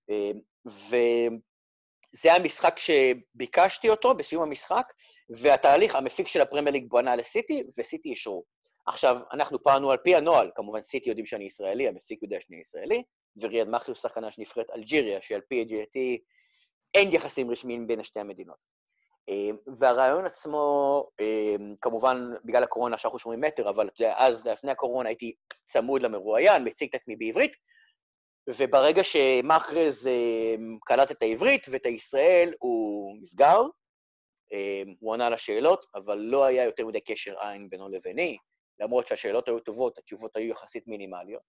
וזה היה משחק שביקשתי אותו בסיום המשחק, והתהליך, המפיק של הפרמייר ליג בונה לסיטי, וסיטי אישרו. עכשיו, אנחנו פעלנו על פי הנוהל, כמובן סיטי יודעים שאני ישראלי, המפיק יודע שאני ישראלי, וריאד מאחרז הוא שחקנה שנבחרת אלג'יריה, שעל פי ידיעתי אין יחסים רשמיים בין שתי המדינות. והרעיון עצמו, כמובן, בגלל הקורונה שאנחנו שומעים מטר, אבל אתה יודע, אז לפני הקורונה הייתי צמוד למרואיין, מציג את עצמי בעברית, וברגע שמאחרז קלט את העברית ואת הישראל, הוא מסגר, הוא ענה לשאלות, אבל לא היה יותר מדי קשר עין בינו לביני, למרות שהשאלות היו טובות, התשובות היו יחסית מינימליות.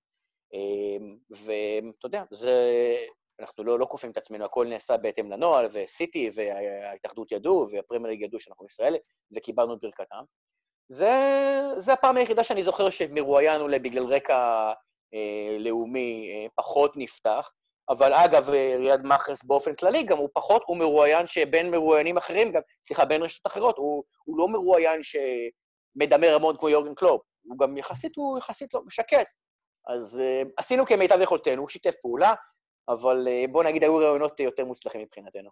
ואתה יודע, זה... אנחנו לא, לא קופים את עצמנו, הכל נעשה בהתאם לנוהל, וסיטי וההתאחדות ידעו, והפרמייר ליג ידעו שאנחנו ישראל, וקיבלנו את ברכתם. זה, זה הפעם היחידה שאני זוכר שמרואיין אולי בגלל רקע אה, לאומי אה, פחות נפתח, אבל אגב, ריאד מאחרז באופן כללי, גם הוא פחות, הוא מרואיין שבין מרואיינים אחרים, גם, סליחה, בין רשתות אחרות, הוא, הוא לא מרואיין שמדמר המון כמו יורגן קלופ, הוא גם יחסית, הוא יחסית לא משקט. אז אה, עשינו כמיטב יכולתנו, הוא שיתף פעולה, אבל בוא נגיד, היו רעיונות יותר מוצלחים מבחינתנו.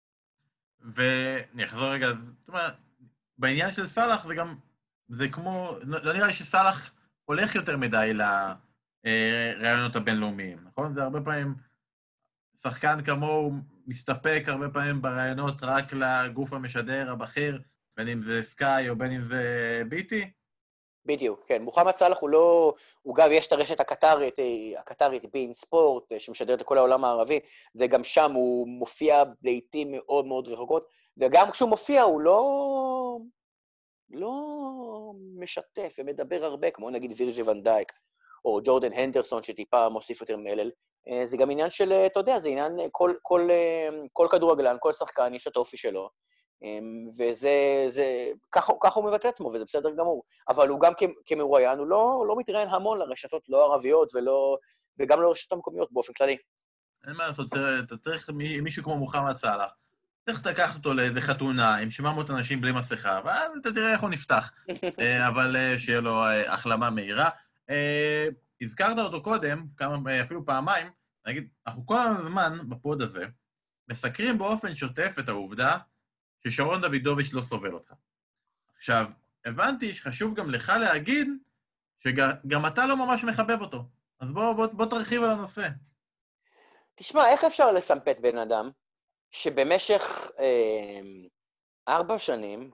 ואני אחזור רגע, זאת אומרת, בעניין של סלאח זה גם, זה כמו, לא נראה לי שסלאח הולך יותר מדי לרעיונות הבינלאומיים, נכון? זה הרבה פעמים, שחקן כמוהו מסתפק הרבה פעמים ברעיונות רק לגוף המשדר, הבכיר, בין אם זה סקאי או בין אם זה ביטי. בדיוק, כן. מוחמד סלאח הוא לא... הוא גם, יש את הרשת הקטרית, הקטרית, בין ספורט, שמשדרת לכל העולם הערבי, וגם שם הוא מופיע לעתים מאוד מאוד רחוקות, וגם כשהוא מופיע הוא לא... לא משתף ומדבר הרבה, כמו נגיד וירג'י ון דייק, או ג'ורדן הנדרסון, שטיפה מוסיף יותר מלל. זה גם עניין של, אתה יודע, זה עניין, כל, כל, כל כדורגלן, כל שחקן, יש את האופי שלו, וזה, זה, ככה, ככה הוא מבטא עצמו, וזה בסדר גמור. אבל הוא גם כמרואיין, הוא לא, לא מתראיין המון לרשתות לא ערביות, ולא, וגם לא לרשתות המקומיות באופן כללי. אין מה לעשות, אתה צריך מישהו כמו מוחמד סלאח, צריך לקחת אותו לאיזה חתונה עם שבע מאות אנשים בלי מסכה, ואז אתה תראה איך הוא נפתח. אבל שיהיה לו החלמה מהירה. הזכרת אותו קודם, כמה, אפילו פעמיים, נגיד, אנחנו כל הזמן בפוד הזה, מסקרים באופן שוטף את העובדה ששרון דוידוביץ' לא סובל אותך. עכשיו, הבנתי שחשוב גם לך להגיד שגם אתה לא ממש מחבב אותו. אז בוא, בוא, בוא תרחיב על הנושא. תשמע, איך אפשר לסמפת בן אדם שבמשך אה, ארבע שנים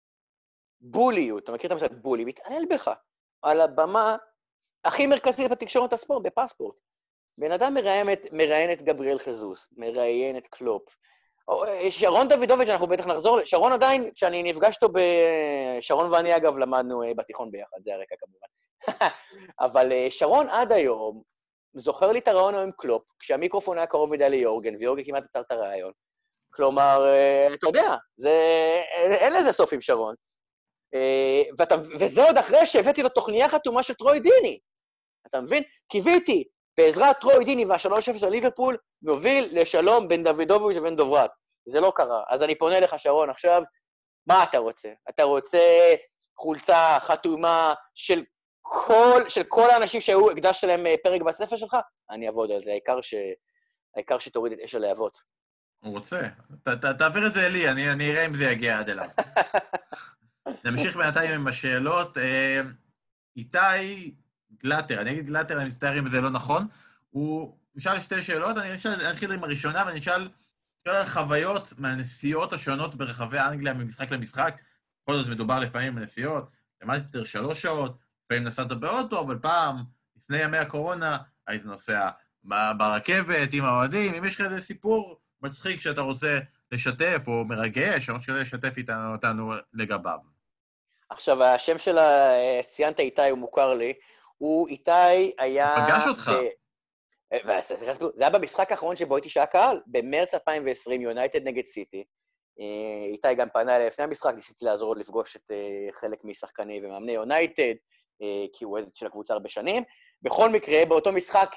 בוליות, אתה מכיר את המשל בולי, מתעלל בך על הבמה הכי מרכזית בתקשורת הספורט, בפספורט. בן אדם מראיין את, מראיין את גבריאל חזוס, מראיין את קלופ. שרון דוידוביץ', אנחנו בטח נחזור, שרון עדיין, כשאני נפגש אותו ב... שרון ואני אגב למדנו בתיכון ביחד, זה הרקע כמובן. אבל שרון עד היום זוכר לי את הרעיון עם קלופ, כשהמיקרופון היה קרוב מדי ליורגן, ויורגן כמעט עצר את הרעיון. כלומר, אתה יודע, זה... אין לזה סוף עם שרון. ואתה... וזה עוד אחרי שהבאתי לו תוכניה חתומה של טרוי דיני. אתה מבין? קיוויתי, בעזרת טרוי דיני והשלוש אפס של ליברפול, נוביל לשלום בין דוידוביץ' לבין דוברת. זה לא קרה. אז אני פונה לך, שרון, עכשיו, מה אתה רוצה? אתה רוצה חולצה חתומה של כל, של כל האנשים שהיו, הקדש להם פרק בספר שלך, אני אעבוד על זה, העיקר, ש, העיקר שתוריד את אש הלהבות. הוא רוצה. ת, ת, תעביר את זה אלי, אני, אני אראה אם זה יגיע עד אליו. נמשיך בינתיים עם השאלות. איתי גלטר, אני אגיד גלטר, אני מצטער אם זה לא נכון, הוא נשאל שתי שאלות, אני אתחיל עם הראשונה, ואני אשאל על חוויות מהנסיעות השונות ברחבי אנגליה ממשחק למשחק. בכל זאת מדובר לפעמים בנסיעות, למאנסטר שלוש שעות, לפעמים נסעת באוטו, אבל פעם, לפני ימי הקורונה, היית נוסע ברכבת עם האוהדים. אם יש לך איזה סיפור מצחיק שאתה רוצה לשתף, או מרגש, או משהו כזה לשתף איתנו אותנו לגביו. עכשיו, השם של ציינת איתי, הוא מוכר לי. הוא איתי היה... הוא פגש אותך. זה היה במשחק האחרון שבו הייתי שעה קהל, במרץ אלפיים ועשרים, יונייטד נגד סיטי. איתי גם פנה אליי לפני המשחק, ניסיתי לעזור לפגוש את חלק משחקני ומאמני יונייטד, כי הוא עד של הקבוצה הרבה שנים. בכל מקרה, באותו משחק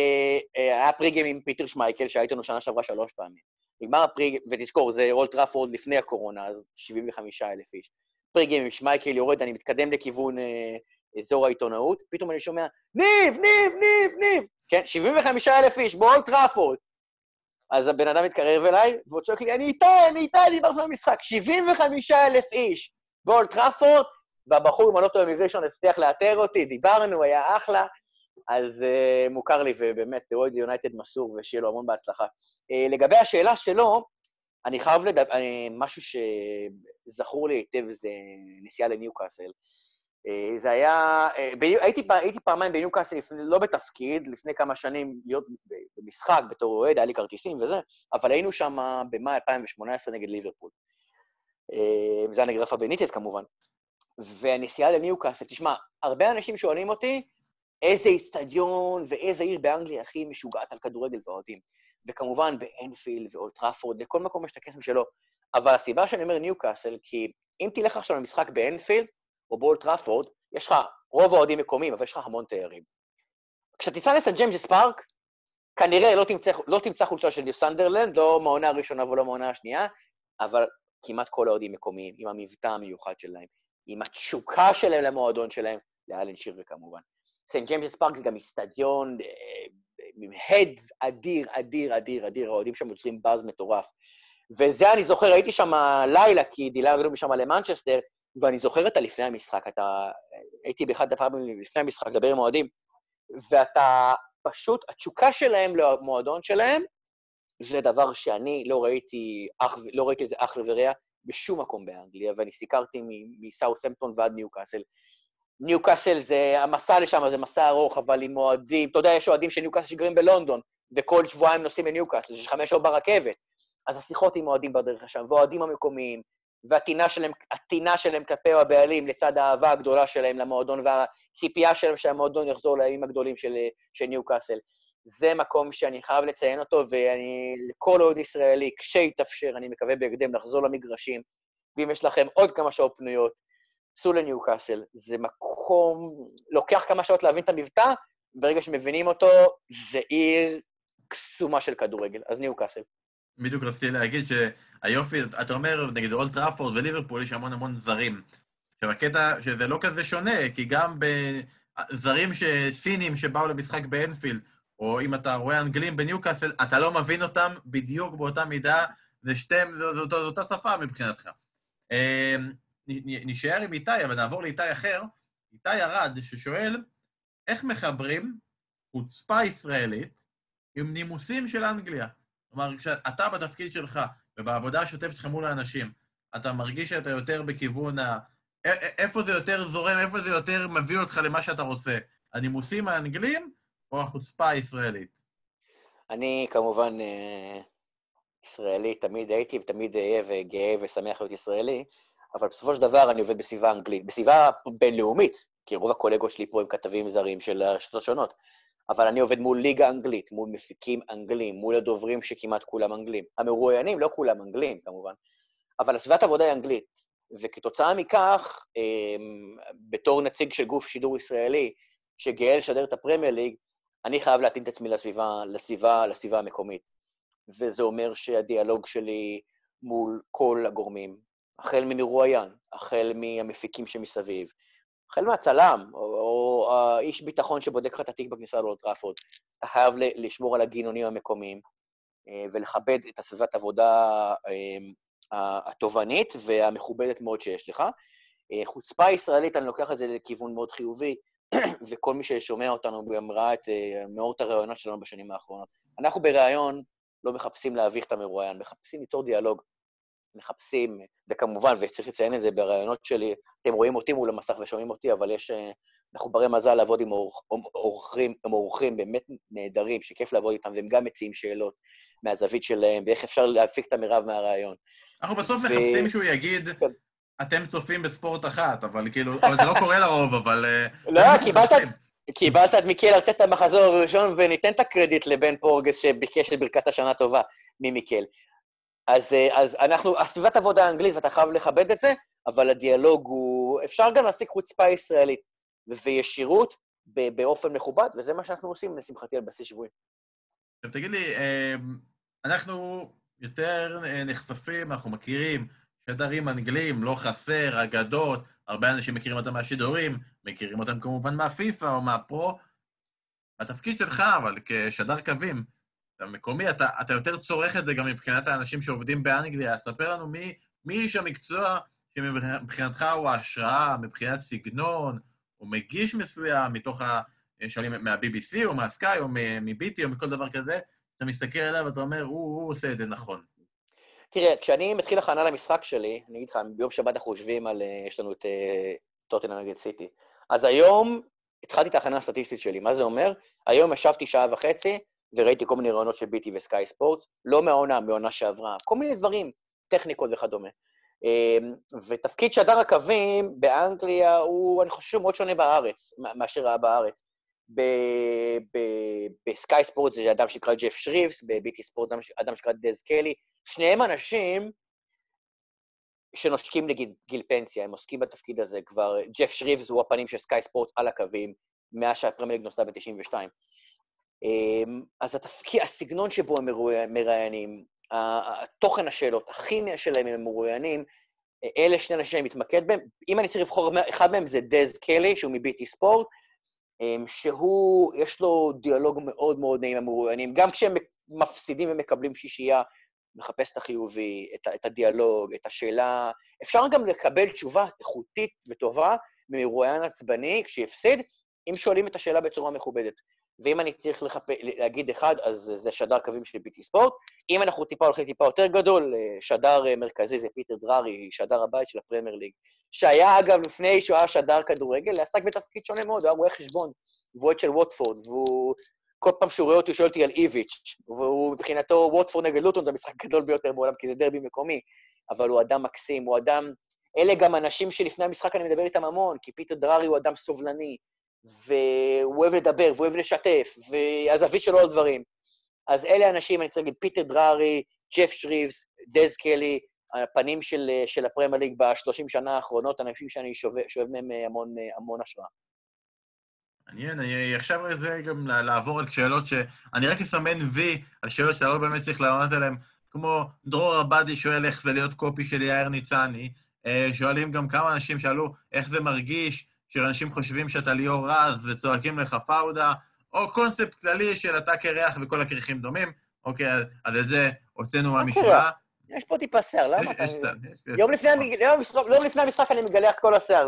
היה פריגם עם פיטר שמייקל, שהייתי לנו שנה שעברה שלוש פעמים. נגמר הפריגם, ותזכור, זה אולד טראפורד לפני הקורונה, אז שבעים וחמישה אלף איש. פריגם עם שמייקל יורד, אני מתקדם לכיוון אזור העיתונאות, פתאום אני שומע, ניב, ניב, ניב, ניב. כן, שבעים וחמישה אלף איש, באולד טראפורד. אז הבן אדם מתקרב אליי, והוא צועק לי, אני איתי, אני איתי, אני דיברתי במשחק. שבעים וחמישה אלף איש, באולד טראפורד, והבחור עם הלוטו המיגרשון הצליח לאתר אותי, דיברנו, היה אחלה, אז uh, מוכר לי, ובאמת, אוהד יונייטד מסור, ושיהיה לו המון בהצלחה. Uh, לגבי השאלה שלו, אני חייב לדבר, uh, משהו שזכור לי היטב, זה נסיעה לניוקאסל. Uh, זה היה, uh, ב... הייתי, הייתי פעמיים בניוקאסל, לא בתפקיד, לפני כמה שנים להיות במשחק, בתור אוהד, היה לי כרטיסים וזה, אבל היינו שם במאי אלפיים ושמונה עשרה נגד ליברפול. Uh, זה היה נגד רפה בניטס כמובן. והנסיעה לניוקאסל, תשמע, הרבה אנשים שואלים אותי, איזה אצטדיון ואיזה עיר באנגליה הכי משוגעת על כדורגל ואוהדים. וכמובן באנפילד ואולד טראפורד, לכל מקום יש את הקסם שלו. אבל הסיבה שאני אומר ניוקאסל, כי אם תלך עכשיו למשחק באנפילד או באולד טראפורד, יש לך רוב האוהדים מקומיים, אבל יש לך המון תיירים. כשאתה תצא לסנט ג'יימס פארק, כנראה לא תמצא, לא תמצא חולצה של סנדרלנד, לא מהעונה הראשונה ולא מהעונה השנייה, אבל כמעט כל האוהדים מקומיים, עם המבטא המיוחד שלהם, עם התשוקה שלהם למועדון שלהם, לאלן שירר כמובן. סנט ג'יימס פארק זה גם אצטדיון עם הד אדיר, אדיר, אדיר, אדיר, האוהדים שם יוצרים באז מטורף. וזה אני זוכר, הייתי שם לילה, כי דילגנו משם למנצ'סטר, ואני זוכר את לפני המשחק, אתה, הייתי באחד הפעמים לפני המשחק, לדבר עם האוהדים, ואתה פשוט, התשוקה שלהם למועדון שלהם, זה דבר שאני לא ראיתי, לא ראיתי את זה אח ורע, בשום מקום באנגליה, ואני סיקרתי מסאות'המפטון ועד ניוקאסל. ניוקאסל זה, המסע לשם זה מסע ארוך, אבל עם אוהדים, אתה יודע, יש אוהדים של ניוקאסל שגרים בלונדון, וכל שבועיים נוסעים לניוקאסל, יש חמש שעות ברכבת. אז השיחות עם אוהדים בדרך לשם, ואוהדים המקומיים, והטינה שלהם, הטינה שלהם כלפי הבעלים, לצד האהבה הגדולה שלהם למועדון, והציפייה שלהם שהמועדון יחזור לימים הגדולים של, של ניוקאסל. זה מקום שאני חייב לציין אותו, ואני, לכל אוהד ישראלי, כשיתאפשר, אני מקווה בהקדם לחזור למגרשים, ואם יש לכם עוד כמה שעות פנויות, סעו לניוקאסל. זה מקום, לוקח כמה שעות להבין את המבטא, ברגע שמבינים אותו, זה עיר קסומה של כדורגל, אז ניוקאסל. בדיוק רציתי להגיד שהיופי, אתה אומר, נגיד אולד טראפורד וליברפול, יש המון המון זרים. עכשיו, הקטע שזה לא כזה שונה, כי גם בזרים סינים שבאו למשחק באנפילד, או אם אתה רואה אנגלים בניוקאסל, אתה לא מבין אותם בדיוק באותה מידה, זה שתיהם, זאת אותה שפה מבחינתך. נשאר עם איתי, אבל נעבור לאיתי אחר, איתי ירד, ששואל, איך מחברים חוצפה ישראלית עם נימוסים של אנגליה? כלומר, כשאתה בתפקיד שלך, ובעבודה השוטפת שלך מול האנשים, אתה מרגיש שאתה יותר בכיוון ה... איפה זה יותר זורם, איפה זה יותר מביא אותך למה שאתה רוצה? הנימוסים האנגלים או החוצפה הישראלית? אני כמובן ישראלי, תמיד הייתי ותמיד אהיה וגאה ושמח להיות ישראלי, אבל בסופו של דבר אני עובד בסביבה אנגלית, בסביבה בינלאומית, כי רוב הקולגות שלי פה הם כתבים זרים של הרשתות השונות, אבל אני עובד מול ליגה אנגלית, מול מפיקים אנגלים, מול הדוברים שכמעט כולם אנגלים. המרואיינים לא כולם אנגלים, כמובן, אבל הסביבת עבודה היא אנגלית, וכתוצאה מכך, בתור נציג של גוף שידור ישראלי, שגאה לשדר את הפרמייר ליג, אני חייב להתאים את עצמי לסביבה, לסביבה, לסביבה המקומית. וזה אומר שהדיאלוג שלי מול כל הגורמים, החל ממרואיין, החל מהמפיקים שמסביב, החל מהצלם, או, או האיש ביטחון שבודק לך את התיק בכניסה לאולד טראפורד, אתה חייב לשמור על הגינונים המקומיים, ולכבד את הסביבת עבודה התובענית והמכובדת מאוד שיש לך. חוצפה ישראלית, אני לוקח את זה לכיוון מאוד חיובי, וכל מי ששומע אותנו גם ראה את מאות הרעיונות שלנו בשנים האחרונות. אנחנו ברעיון לא מחפשים להביך את המרואיין, מחפשים ליצור דיאלוג, מחפשים, וכמובן, וצריך לציין את זה ברעיונות שלי, אתם רואים אותי מול המסך ושומעים אותי, אבל יש, אנחנו ברי מזל לעבוד עם אורחים, עם אורחים באמת נהדרים, שכיף לעבוד איתם, והם גם מציעים שאלות מהזווית שלהם, ואיך אפשר להפיק את המרב מהרעיון. אנחנו בסוף מחפשים שהוא יגיד, אתם צופים בספורט אחת, אבל כאילו, אבל זה לא קורה לרוב, אבל... לא, קיבלת את מיקל ארטטה במחזור הראשון, וניתן את הקרדיט לבן פורגס שביקש לברכת השנה טובה ממיקל. אז, אז אנחנו, הסביבת עבודה האנגלית, ואתה חייב לכבד את זה, אבל הדיאלוג הוא, אפשר גם להשיג חוצפה ישראלית, וישירות באופן מכובד, וזה מה שאנחנו עושים, לשמחתי, על בסיס שבועי. עכשיו, תגיד לי, אנחנו יותר נחשפים, אנחנו מכירים שדרים אנגלים, לא חסר, אגדות, הרבה אנשים מכירים אותם מהשידורים, מכירים אותם כמובן מהפיפה או מהפרו. התפקיד שלך, אבל כשדר קווים, המקומי, אתה, אתה יותר צורך את זה גם מבחינת האנשים שעובדים באנגליה. ספר לנו מי, מי איש המקצוע שמבחינתך הוא ההשראה, מבחינת סגנון, או מגיש מסוים מתוך השואלים מה-בי בי סי או מהסקאי או מ-בי טי או מכל דבר כזה, אתה מסתכל עליו ואתה אומר, הוא, הוא עושה את זה נכון. תראה, כשאני מתחיל הכנה למשחק שלי, אני אגיד לך, ביום שבת אנחנו חושבים על, יש לנו את טוטנהאם נגד סיטי, אז היום התחלתי את ההכנה הסטטיסטית שלי. מה זה אומר? היום ישבתי שעה וחצי, וראיתי כל מיני רעיונות של בי טי וסקאי ספורט, לא מהעונה, מהעונה שעברה, כל מיני דברים, טכניקות וכדומה. ותפקיד שדר הקווים באנגליה הוא, אני חושב, מאוד שונה בארץ, מאשר ראה בארץ. בסקאי ספורט זה אדם שקרא ג'ף שריבס, בבי טי ספורט אדם שקרא דז קלי, שניהם אנשים שנושקים לגיל פנסיה, הם עוסקים בתפקיד הזה כבר, ג'ף שריבס הוא הפנים של סקאי ספורט על הקווים, מאז שהפרמייר ליג נוסדה ב-תשעים ושתיים. אז התפקיד, הסגנון שבו הם מראיינים, התוכן השאלות, הכימיה שלהם הם מרואיינים, אלה שני אנשים שאני מתמקד בהם. אם אני צריך לבחור, אחד מהם זה דז קלי, שהוא מבי טי ספורט, שהוא, יש לו דיאלוג מאוד מאוד נעים עם המרואיינים, גם כשהם מפסידים ומקבלים שישייה, מחפש את החיובי, את, את הדיאלוג, את השאלה. אפשר גם לקבל תשובה איכותית וטובה ממרואיין עצבני, כשיפסיד, אם שואלים את השאלה בצורה מכובדת. ואם אני צריך לחפ... להגיד אחד, אז זה שדר קווים של בי טי ספורט. אם אנחנו טיפה הולכים טיפה יותר גדול, שדר מרכזי זה פיטר דררי, שדר הבית של הפרמייר ליג, שהיה אגב לפני שהוא היה שדר כדורגל, עסק בתפקיד שונה מאוד, הוא היה רואה חשבון, והוא עד של ווטפורד, והוא כל פעם שהוא רואה אותי, הוא שואל אותי על איביץ', והוא מבחינתו ווטפורד נגד לוטון, זה המשחק גדול ביותר בעולם, כי זה דרבי מקומי, אבל הוא אדם מקסים, הוא אדם, אלה גם אנשים שלפני המשחק אני מדבר איתם המון, כי פיטר דררי הוא אדם סובלני, והוא אוהב לדבר, והוא אוהב לשתף, והזווית שלו על דברים. אז אלה אנשים, אני צריך להגיד, פיטר דררי, ג'ף שריבס, דז קלי, הפנים של, של הפרמייר ליג בשלושים שנה האחרונות, אנשים שאני שואב, שואב מהם המון, המון השראה. מעניין, אני עכשיו זה גם לעבור על שאלות שאני רק אסמן וי על שאלות שאתה לא באמת צריך לענות עליהן, כמו דרור עבדי שואל איך זה להיות קופי של יאיר ניצני, שואלים גם כמה אנשים שאלו איך זה מרגיש, שאנשים חושבים שאתה ליאור רז וצועקים לך פאודה, או קונספט כללי של אתה קרח וכל הקרחים דומים. אוקיי, אז את זה הוצאנו מהמשוואה. יש פה טיפה שיער, למה? יום לפני המשחק אני מגלח כל השיער,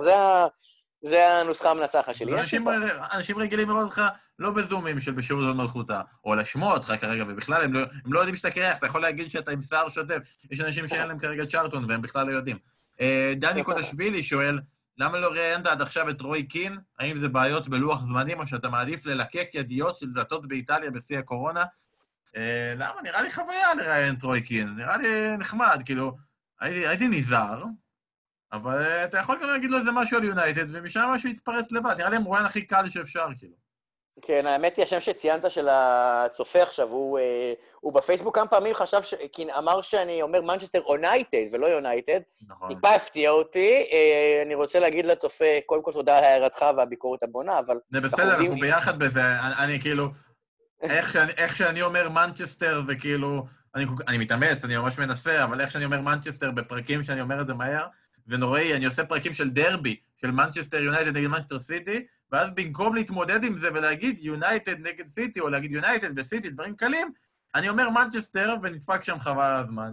זה הנוסחה המנצחת שלי. אנשים רגילים לראות לך לא בזומים של בשירות הוד מלכותה, או לשמוע אותך כרגע, ובכלל הם לא יודעים שאתה קרח, אתה יכול להגיד שאתה עם שיער שוטף. יש אנשים שאין להם כרגע צ'ארטון, והם בכלל לא יודעים. דני קודשווילי שואל, למה לא ראיינת עד עכשיו את רוי קין? האם זה בעיות בלוח זמנים, או שאתה מעדיף ללקק ידיעות של דלתות באיטליה בשיא הקורונה? למה? נראה לי חוויה לראיין את רוי קין. נראה לי נחמד, כאילו, הייתי נזהר, אבל אתה יכול גם להגיד לו איזה משהו על יונייטד, ומשם משהו יתפרץ לבד. נראה לי המרואיין הכי קל שאפשר, כאילו. כן, האמת היא, השם שציינת של הצופה עכשיו, הוא בפייסבוק כמה פעמים חשב, כי אמר שאני אומר מנצ'סטר יונייטד ולא יונייטד, טיפה הפתיע אותי, אני רוצה להגיד לצופה, קודם כל תודה על הערתך והביקורת הבונה, אבל... זה בסדר, אנחנו ביחד בזה, אני כאילו, איך שאני אומר מנצ'סטר זה כאילו, אני מתאמץ, אני ממש מנסה, אבל איך שאני אומר מנצ'סטר בפרקים שאני אומר את זה מהר, זה נוראי, אני עושה פרקים של דרבי, של מנצ'סטר יונייטד נגד מנצ'סטר סיטי, ואז במקום להתמודד עם זה ולהגיד יונייטד נגד סיטי, או להגיד יונייטד וסיטי, דברים קלים, אני אומר מנצ'סטר ונדפק שם חבל על הזמן.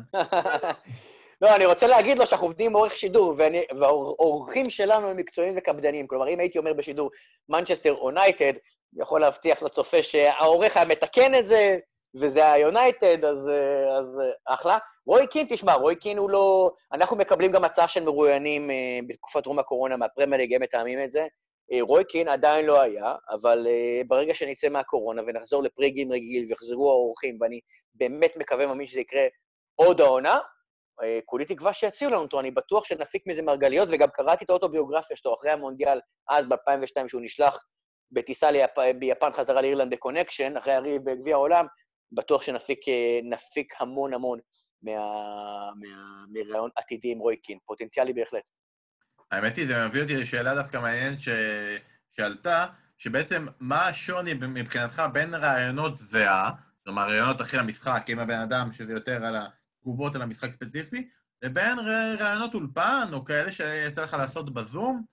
לא, אני רוצה להגיד לו שאנחנו עובדים עם עורך שידור, והאורחים שלנו הם מקצועיים וקפדניים. כלומר, אם הייתי אומר בשידור מנצ'סטר יונייטד, יכול להבטיח לצופה שהעורך היה מתקן את זה, וזה היונייטד, אז, אז אחלה. רוי קין, תשמע, רוי קין הוא לא... אנחנו מקבלים גם הצעה של מרואיינים בתקופת טרום הקורונה מהפרמייר ליג, הם מתאמים את זה. רוי קין עדיין לא היה, אבל ברגע שנצא מהקורונה ונחזור לפריגים רגיל ויחזרו האורחים, ואני באמת מקווה מאמין שזה יקרה עוד העונה, כולי תקווה שיציעו לנו אותו, אני בטוח שנפיק מזה מרגליות, וגם קראתי את האוטוביוגרפיה שלו אחרי המונדיאל, אז ב-אלפיים ושתיים, שהוא נשלח בטיסה ליפ... ביפן חזרה לאירלנד בקונקשן, אחרי הריב בגביע העולם, בטוח שנפיק נפיק המון המון מה... מה... מרעיון עתידי עם רוי קין, פוטנציאלי בהחלט. האמת היא, זה מביא אותי לשאלה דווקא מעניינת ש... שעלתה, שבעצם מה השוני מבחינתך בין רעיונות זהה, כלומר רעיונות אחרי המשחק, עם הבן אדם שזה יותר על התגובות על המשחק ספציפי, לבין רעיונות אולפן, או כאלה שיצא לך לעשות בזום,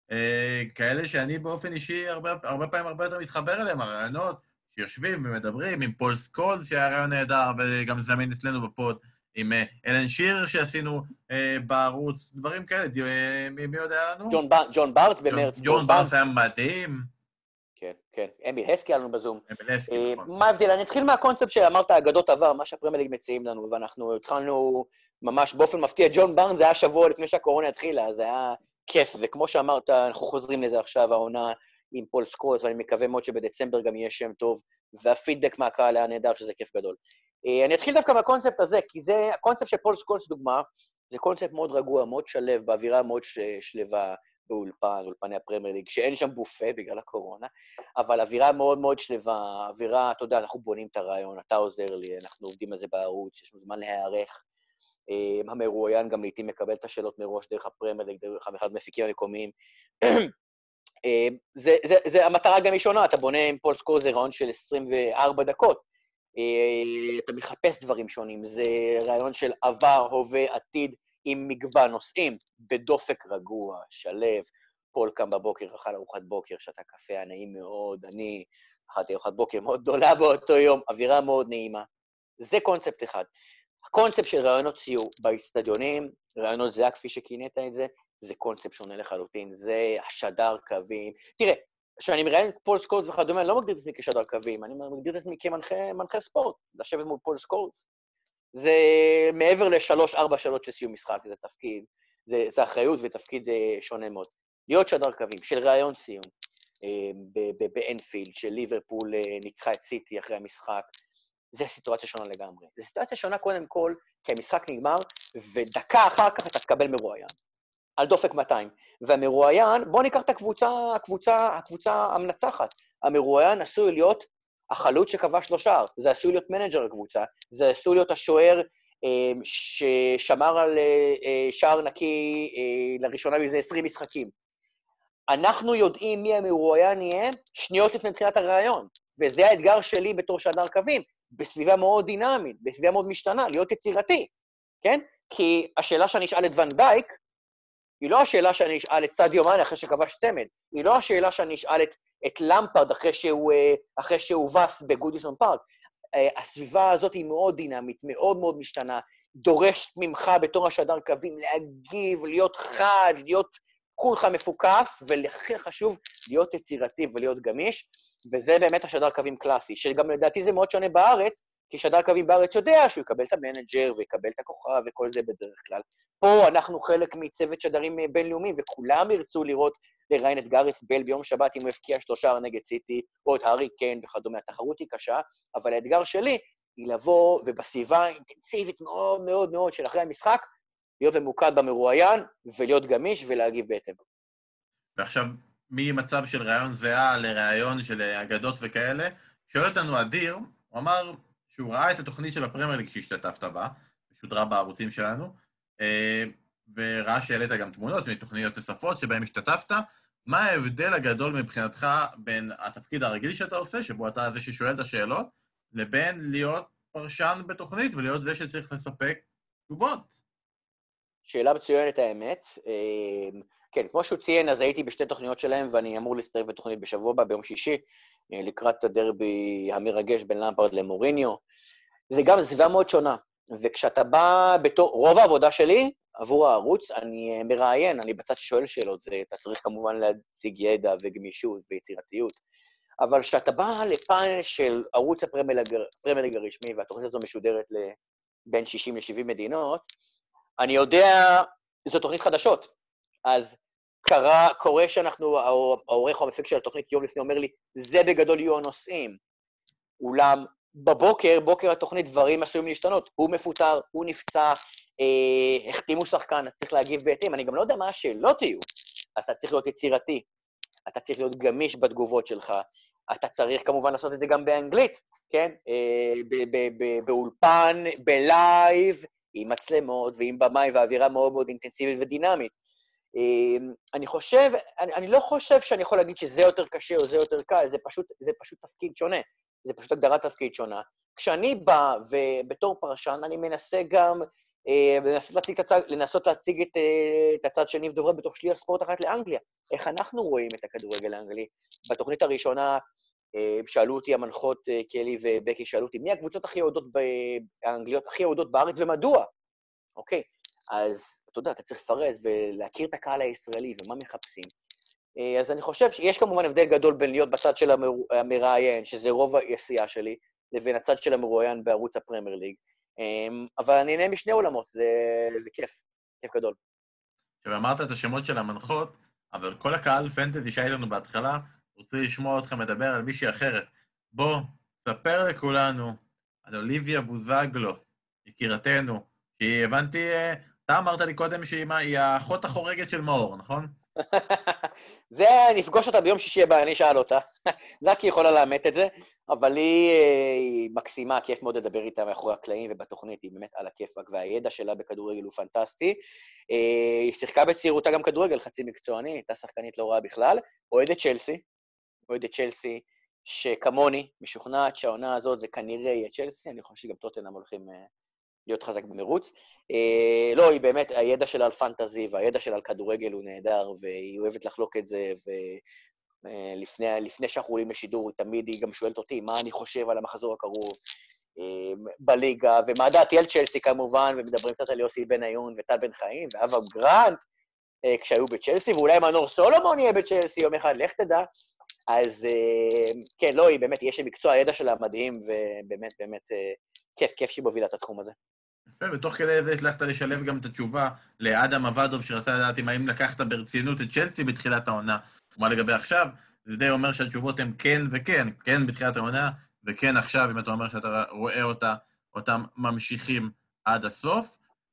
כאלה שאני באופן אישי הרבה, הרבה פעמים הרבה יותר מתחבר אליהם, הרעיונות שיושבים ומדברים עם פול סקולס, שהיה רעיון נהדר, וגם זמין אצלנו בפוד, עם אלן שיר שעשינו בערוץ, דברים כאלה, מי יודע לנו? ג'ון בארץ במרץ. ג'ון בארץ היה מדהים. כן, כן. אמיל הסקי עלינו בזום. אמיל הסקי, נכון. מה ההבדל? אני אתחיל מהקונספט שאמרת, אגדות עבר, מה שהפרמייר ליג מציעים לנו, ואנחנו התחלנו ממש באופן מפתיע. ג'ון בארנס זה היה שבוע לפני שהקורונה התחילה, זה היה כיף, וכמו שאמרת, אנחנו חוזרים לזה עכשיו, העונה עם פול סקולס, ואני מקווה מאוד שבדצמבר גם יהיה שם טוב, והפידבק מהקהל היה נהדר, שזה כיף גדול. אני אתחיל דווקא מהקונספט הזה, כי זה, הקונספט של פול סקולס, דוגמה, זה קונספט מאוד רגוע, מאוד שלב, באווירה מאוד שלווה באולפן, אולפני הפרמייר ליג, שאין שם בופה בגלל הקורונה, אבל אווירה מאוד מאוד שלווה, אווירה, אתה יודע, אנחנו בונים את הרעיון, אתה עוזר לי, אנחנו עובדים על זה בערוץ, יש לנו זמן להיערך, המרואיין גם לעתים מקבל את השאלות מראש דרך הפרמייר ליג, דרך אחד מפיקים המקומיים, זה, זה, זה המטרה גם ראשונה, אתה בונה עם פול סקולס, זה רעיון של עשרים וארבע דקות, אתה מחפש דברים שונים, זה רעיון של עבר, הווה, עתיד, עם מגוון נושאים, בדופק רגוע, שלב, פול קם בבוקר, אכל ארוחת בוקר, שתה קפה, נעים מאוד, אני אכלתי ארוחת בוקר מאוד גדולה באותו יום, אווירה מאוד נעימה. זה קונספט אחד. הקונספט של רעיונות ציור באצטדיונים, רעיונות זהה כפי שכינית את זה, זה קונספט שונה לחלוטין, זה השדר קווים. תראה, כשאני מראיין את פול סקולס וכדומה, אני לא מגדיר את עצמי כשדר קווים, אני מגדיר את עצמי כמנחה ספורט, לשבת מול פול סקולס. זה מעבר לשלוש, ארבע שאלות של סיום משחק, זה תפקיד, זה, זה אחריות ותפקיד שונה מאוד. להיות שדר קווים של רעיון סיום, באנפילד, של ליברפול ניצחה את סיטי אחרי המשחק, זה סיטואציה שונה לגמרי. זה סיטואציה שונה קודם כל, כי המשחק נגמר, ודקה אחר כך אתה תקבל מרואיין, על דופק מאתיים. והמרואיין, בוא ניקח את הקבוצה, הקבוצה, הקבוצה המנצחת. המרואיין עשוי להיות החלוץ שקבע שלושה, זה עשוי להיות מנג'ר הקבוצה, זה עשוי להיות השוער ששמר על שער נקי לראשונה מזה עשרים משחקים. אנחנו יודעים מי המרואיין יהיה שניות לפני תחילת הרעיון, וזה האתגר שלי בתור שדר קווים, בסביבה מאוד דינמית, בסביבה מאוד משתנה, להיות יצירתי, כן? כי השאלה שאני אשאל את ון דייק, היא לא השאלה שאני אשאל את סדיו מאנה אחרי שכבש צמד, היא לא השאלה שאני אשאל את, את למפרד אחרי שהוא, אחרי שהוא וס בגודיסון פארק. הסביבה הזאת היא מאוד דינמית, מאוד מאוד משתנה, דורשת ממך בתור השדר קווים להגיב, להיות חד, להיות כולך מפוקס, והכי חשוב להיות יצירתי ולהיות גמיש, וזה באמת השדר קווים קלאסי, שגם לדעתי זה מאוד שונה בארץ, כי שדר קווים בארץ יודע שהוא יקבל את המנג'ר ויקבל את הכוכב וכל זה בדרך כלל. פה אנחנו חלק מצוות שדרים בינלאומיים, וכולם ירצו לראות לראיין את גארת' בייל ביום שבת אם הוא הפקיע שלושה נגד סיטי, או את הארי קיין וכדומה. התחרות היא קשה, אבל האתגר שלי היא לבוא ובסביבה אינטנסיבית מאוד מאוד מאוד של אחרי המשחק, להיות ממוקד במרואיין ולהיות גמיש ולהגיב בהתאם. ועכשיו, ממצב של רעיון זהה לרעיון של אגדות וכאלה, שואל אותנו אדיר, הוא אמר שהוא ראה את התוכנית של הפרמייר ליג שהשתתפת בה, שודרה בערוצים שלנו, וראה שהעלית גם תמונות מתוכניות נוספות שבהן השתתפת. מה ההבדל הגדול מבחינתך בין התפקיד הרגיל שאתה עושה, שבו אתה זה ששואל את השאלות, לבין להיות פרשן בתוכנית ולהיות זה שצריך לספק תשובות? שאלה מצוינת האמת. כן, כמו שהוא ציין, אז הייתי בשתי תוכניות שלהם, ואני אמור להצטרף בתוכנית בשבוע הבא, ביום שישי, לקראת הדרבי המרגש בין למפרד למוריניו. זה גם סביבה מאוד שונה, וכשאתה בא בתור, רוב העבודה שלי, עבור הערוץ, אני מראיין, אני בצד ששואל שאלות, אתה צריך כמובן להציג ידע וגמישות ויצירתיות, אבל כשאתה בא לפאנל של ערוץ הפרמייר ליג הרשמי, והתוכנית הזו משודרת בין שישים ל-שבעים מדינות, אני יודע, זו תוכנית חדשות, אז קרה, קורה שאנחנו, העורך או המפיק של התוכנית יום לפני אומר לי, זה בגדול יהיו הנושאים, אולם בבוקר, בוקר התוכנית דברים עשויים להשתנות, הוא מפוטר, הוא נפצע, אה, החתימו שחקן, צריך להגיב בהתאם, אני גם לא יודע מה השאלות יהיו, אז אתה צריך להיות יצירתי, אתה צריך להיות גמיש בתגובות שלך, אתה צריך כמובן לעשות את זה גם באנגלית, כן? אה, באולפן, בלייב, עם מצלמות ועם במאי ואווירה מאוד מאוד אינטנסיבית ודינמית. אה, אני חושב, אני, אני לא חושב שאני יכול להגיד שזה יותר קשה או זה יותר קל, זה פשוט, זה פשוט תפקיד שונה. זה פשוט הגדרת תפקיד שונה. כשאני בא, ובתור פרשן, אני מנסה גם אה, לנסות, להציג הצד, לנסות להציג את, אה, את הצד של ניב דוברת בתוך שליח ספורט אחת לאנגליה. איך אנחנו רואים את הכדורגל האנגלי? בתוכנית הראשונה, אה, שאלו אותי המנחות אה, קלי ובקי, שאלו אותי, מי הקבוצות הכי יהודות באנגליות, הכי יהודות בארץ ומדוע? אוקיי, אז אתה יודע, אתה צריך לפרט ולהכיר את הקהל הישראלי ומה מחפשים. אז אני חושב שיש כמובן הבדל גדול בין להיות בצד של המראיין, שזה רוב העשייה שלי, לבין הצד של המרואיין בערוץ הפרמייר ליג. אבל אני נהנה משני עולמות, זה, זה כיף, כיף גדול. עכשיו אמרת את השמות של המנחות, אבל כל הקהל פנטזי שהיה לנו בהתחלה, רוצה לשמוע אותך מדבר על מישהי אחרת. בוא, ספר לכולנו על אוליביה בוזגלו, יקירתנו, שהיא, הבנתי, אתה אמרת לי קודם שהיא האחות החורגת של מאור, נכון? זה, נפגוש אותה ביום שישי הבא, אני אשאל אותה. רק היא יכולה לאמת את זה, אבל היא, היא מקסימה, כיף מאוד לדבר איתה מאחורי הקלעים, ובתוכנית היא באמת על הכיפק, והידע שלה בכדורגל הוא פנטסטי. היא שיחקה בצעירותה גם כדורגל, חצי מקצועני, הייתה שחקנית לא רעה בכלל, אוהדת צ'לסי, אוהדת צ'לסי, שכמוני, משוכנעת שהעונה הזאת זה כנראה יהיה צ'לסי, אני חושב שגם טוטנהאם הולכים להיות חזק במרוץ. אה, לא, היא באמת, הידע שלה על פנטזי, והידע שלה על כדורגל הוא נהדר, והיא אוהבת לחלוק את זה, ולפני אה, לפני שאנחנו עולים לשידור, תמיד היא גם שואלת אותי, מה אני חושב על המחזור הקרוב אה, בליגה, ומה דעתי על צ'לסי כמובן, ומדברים קצת על יוסי בן עיון וטל בן חיים, ואבא גרנט, אה, כשהיו בצ'לסי, ואולי מנור סולומון יהיה בצ'לסי יום אחד, לך תדע. אז אה, כן, לא, היא באמת, יש מקצוע, הידע שלה מדהים, ובאמת, באמת, אה, כיף, כיף שהיא מובילה את התחום הזה. ותוך כדי זה הצלחת לשלב גם את התשובה לאדם אבדוב, שרצה לדעת אם האם לקחת ברצינות את צ'לסי בתחילת העונה, ומה לגבי עכשיו, זה די אומר שהתשובות הן כן וכן, כן בתחילת העונה, וכן עכשיו, אם אתה אומר שאתה רואה אותה, אותם ממשיכים עד הסוף.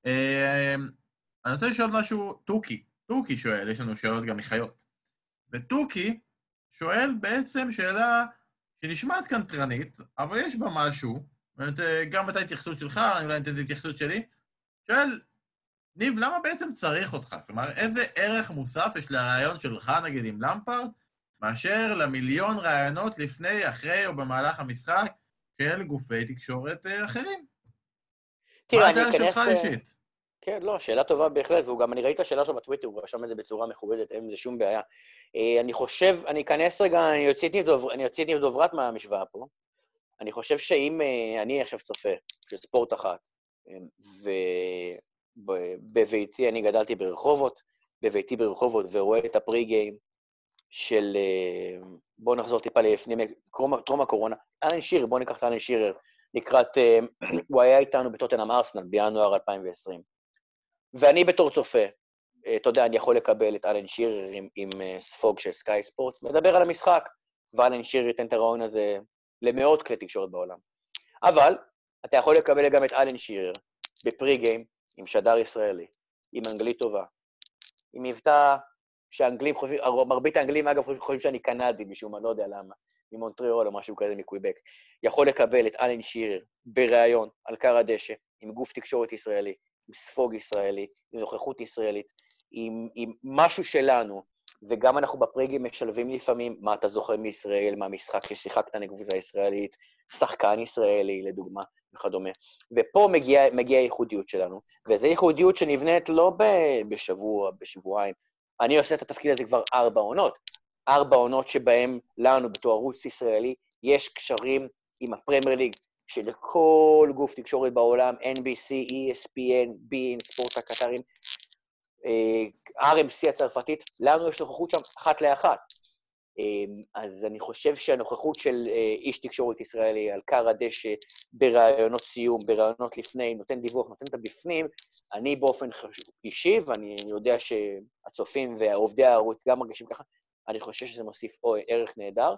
אני רוצה לשאול משהו, טוקי, טוקי שואל, יש לנו שאלות גם מחיות, וטוקי שואל בעצם שאלה שנשמעת קנטרנית, אבל יש בה משהו, גם את ההתייחסות שלך, אני אולי אתן את ההתייחסות שלי, שואל, ניב, למה בעצם צריך אותך? כלומר, איזה ערך מוסף יש לרעיון שלך, נגיד, עם למפרד, מאשר למיליון רעיונות לפני, אחרי או במהלך המשחק של גופי תקשורת אחרים? מה הדעה שלך אישית? כן, לא, שאלה טובה בהחלט, והוא גם, אני ראיתי את השאלה שלו בטוויטר, הוא רשם את זה בצורה מכובדת, אין לזה שום בעיה. אני חושב, אני אכנס רגע, אני יוצא את ניב דוברת מהמשוואה פה, אני חושב שאם אני עכשיו צופה של ספורט אחת, ובביתי אני גדלתי ברחובות, בביתי ברחובות, ורואה את הפרי-גיים של, בואו נחזור טיפה לפני, טרום הקורונה, אלן שירר, בואו ניקח את אלן שירר, לקראת, הוא היה איתנו בטוטנהאם ארסנל בינואר אלפיים ועשרים. ואני בתור צופה, אתה יודע, אני יכול לקבל את אלן שירר עם, עם ספוג של סקאי ספורט, מדבר על המשחק, ואלן שירר ייתן את הרעיון הזה למאות כלי תקשורת בעולם. אבל אתה יכול לקבל גם את אלן שירר בפרי-גיים עם שדר ישראלי, עם אנגלית טובה, עם מבטא שהאנגלים חושבים, מרבית האנגלים אגב חושבים שאני קנדי, משום מה, לא יודע למה, ממונטריאול או משהו כזה מקוויבק, יכול לקבל את אלן שירר בראיון על קר הדשא, עם גוף תקשורת ישראלי, עם ספוג ישראלי, עם נוכחות ישראלית, עם, עם משהו שלנו, וגם אנחנו בפרגים משלבים לפעמים מה אתה זוכר מישראל, מהמשחק ששיחקת נגד קבוצה ישראלית, שחקן ישראלי, לדוגמה, וכדומה. ופה מגיעה מגיע הייחודיות שלנו, וזו ייחודיות שנבנית לא בשבוע, בשבועיים. אני עושה את התפקיד הזה כבר ארבע עונות. ארבע עונות שבהם לנו, בתור ערוץ ישראלי, יש קשרים עם הפרמייר ליג, שלכל גוף תקשורת בעולם, אן בי סי, אי אס פי אן, בי אן, ספורט הקטרים, אר אם סי הצרפתית, לנו יש נוכחות שם אחת לאחת. אז אני חושב שהנוכחות של איש תקשורת ישראלי על קר הדשא ברעיונות סיום, ברעיונות לפני, נותן דיווח, נותן את הבפנים, אני באופן אישי, ואני יודע שהצופים ועובדי הערוץ גם מרגישים ככה, אני חושב שזה מוסיף ערך נהדר,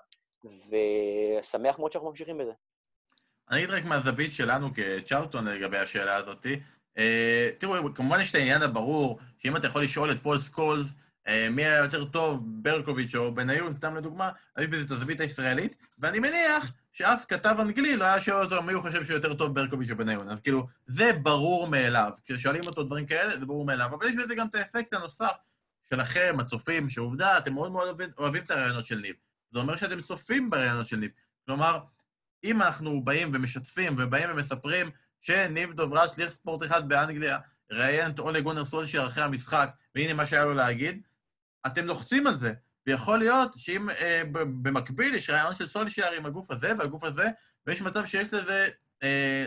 ושמח מאוד שאנחנו ממשיכים בזה. אני אגיד רק מהזווית שלנו כצ'ארלטון לגבי השאלה הזאת. תראו, כמובן יש את העניין הברור, שאם אתה יכול לשאול את פול סקולס, מי היה יותר טוב, ברקוביץ' או בניון, סתם לדוגמה, אני בזה את הזווית הישראלית, ואני מניח שאף כתב אנגלי לא היה שואל אותו מי הוא חושב שיותר טוב, ברקוביץ' או בניון. אז כאילו, זה ברור מאליו. כששואלים אותו דברים כאלה, זה ברור מאליו. אבל יש בזה גם את האפקט הנוסף שלכם, הצופים, שעובדה, אתם מאוד מאוד אוהבים, אוהבים את הרעיונות של ניב. זה אומר שאתם צופים ברעיונות של ניב. כלומר, אם אנחנו באים ומשתפים ובאים ומספרים שניב דוברת שליח ספורט אחד באנגליה, ראיין את אולה גונר סולשייר אחרי המשחק, והנה מה שהיה לו להגיד, אתם לוחצים על זה, ויכול להיות שאם אה, במקביל יש רעיון של סולשייר עם הגוף הזה והגוף הזה, ויש מצב שיש לזה אה,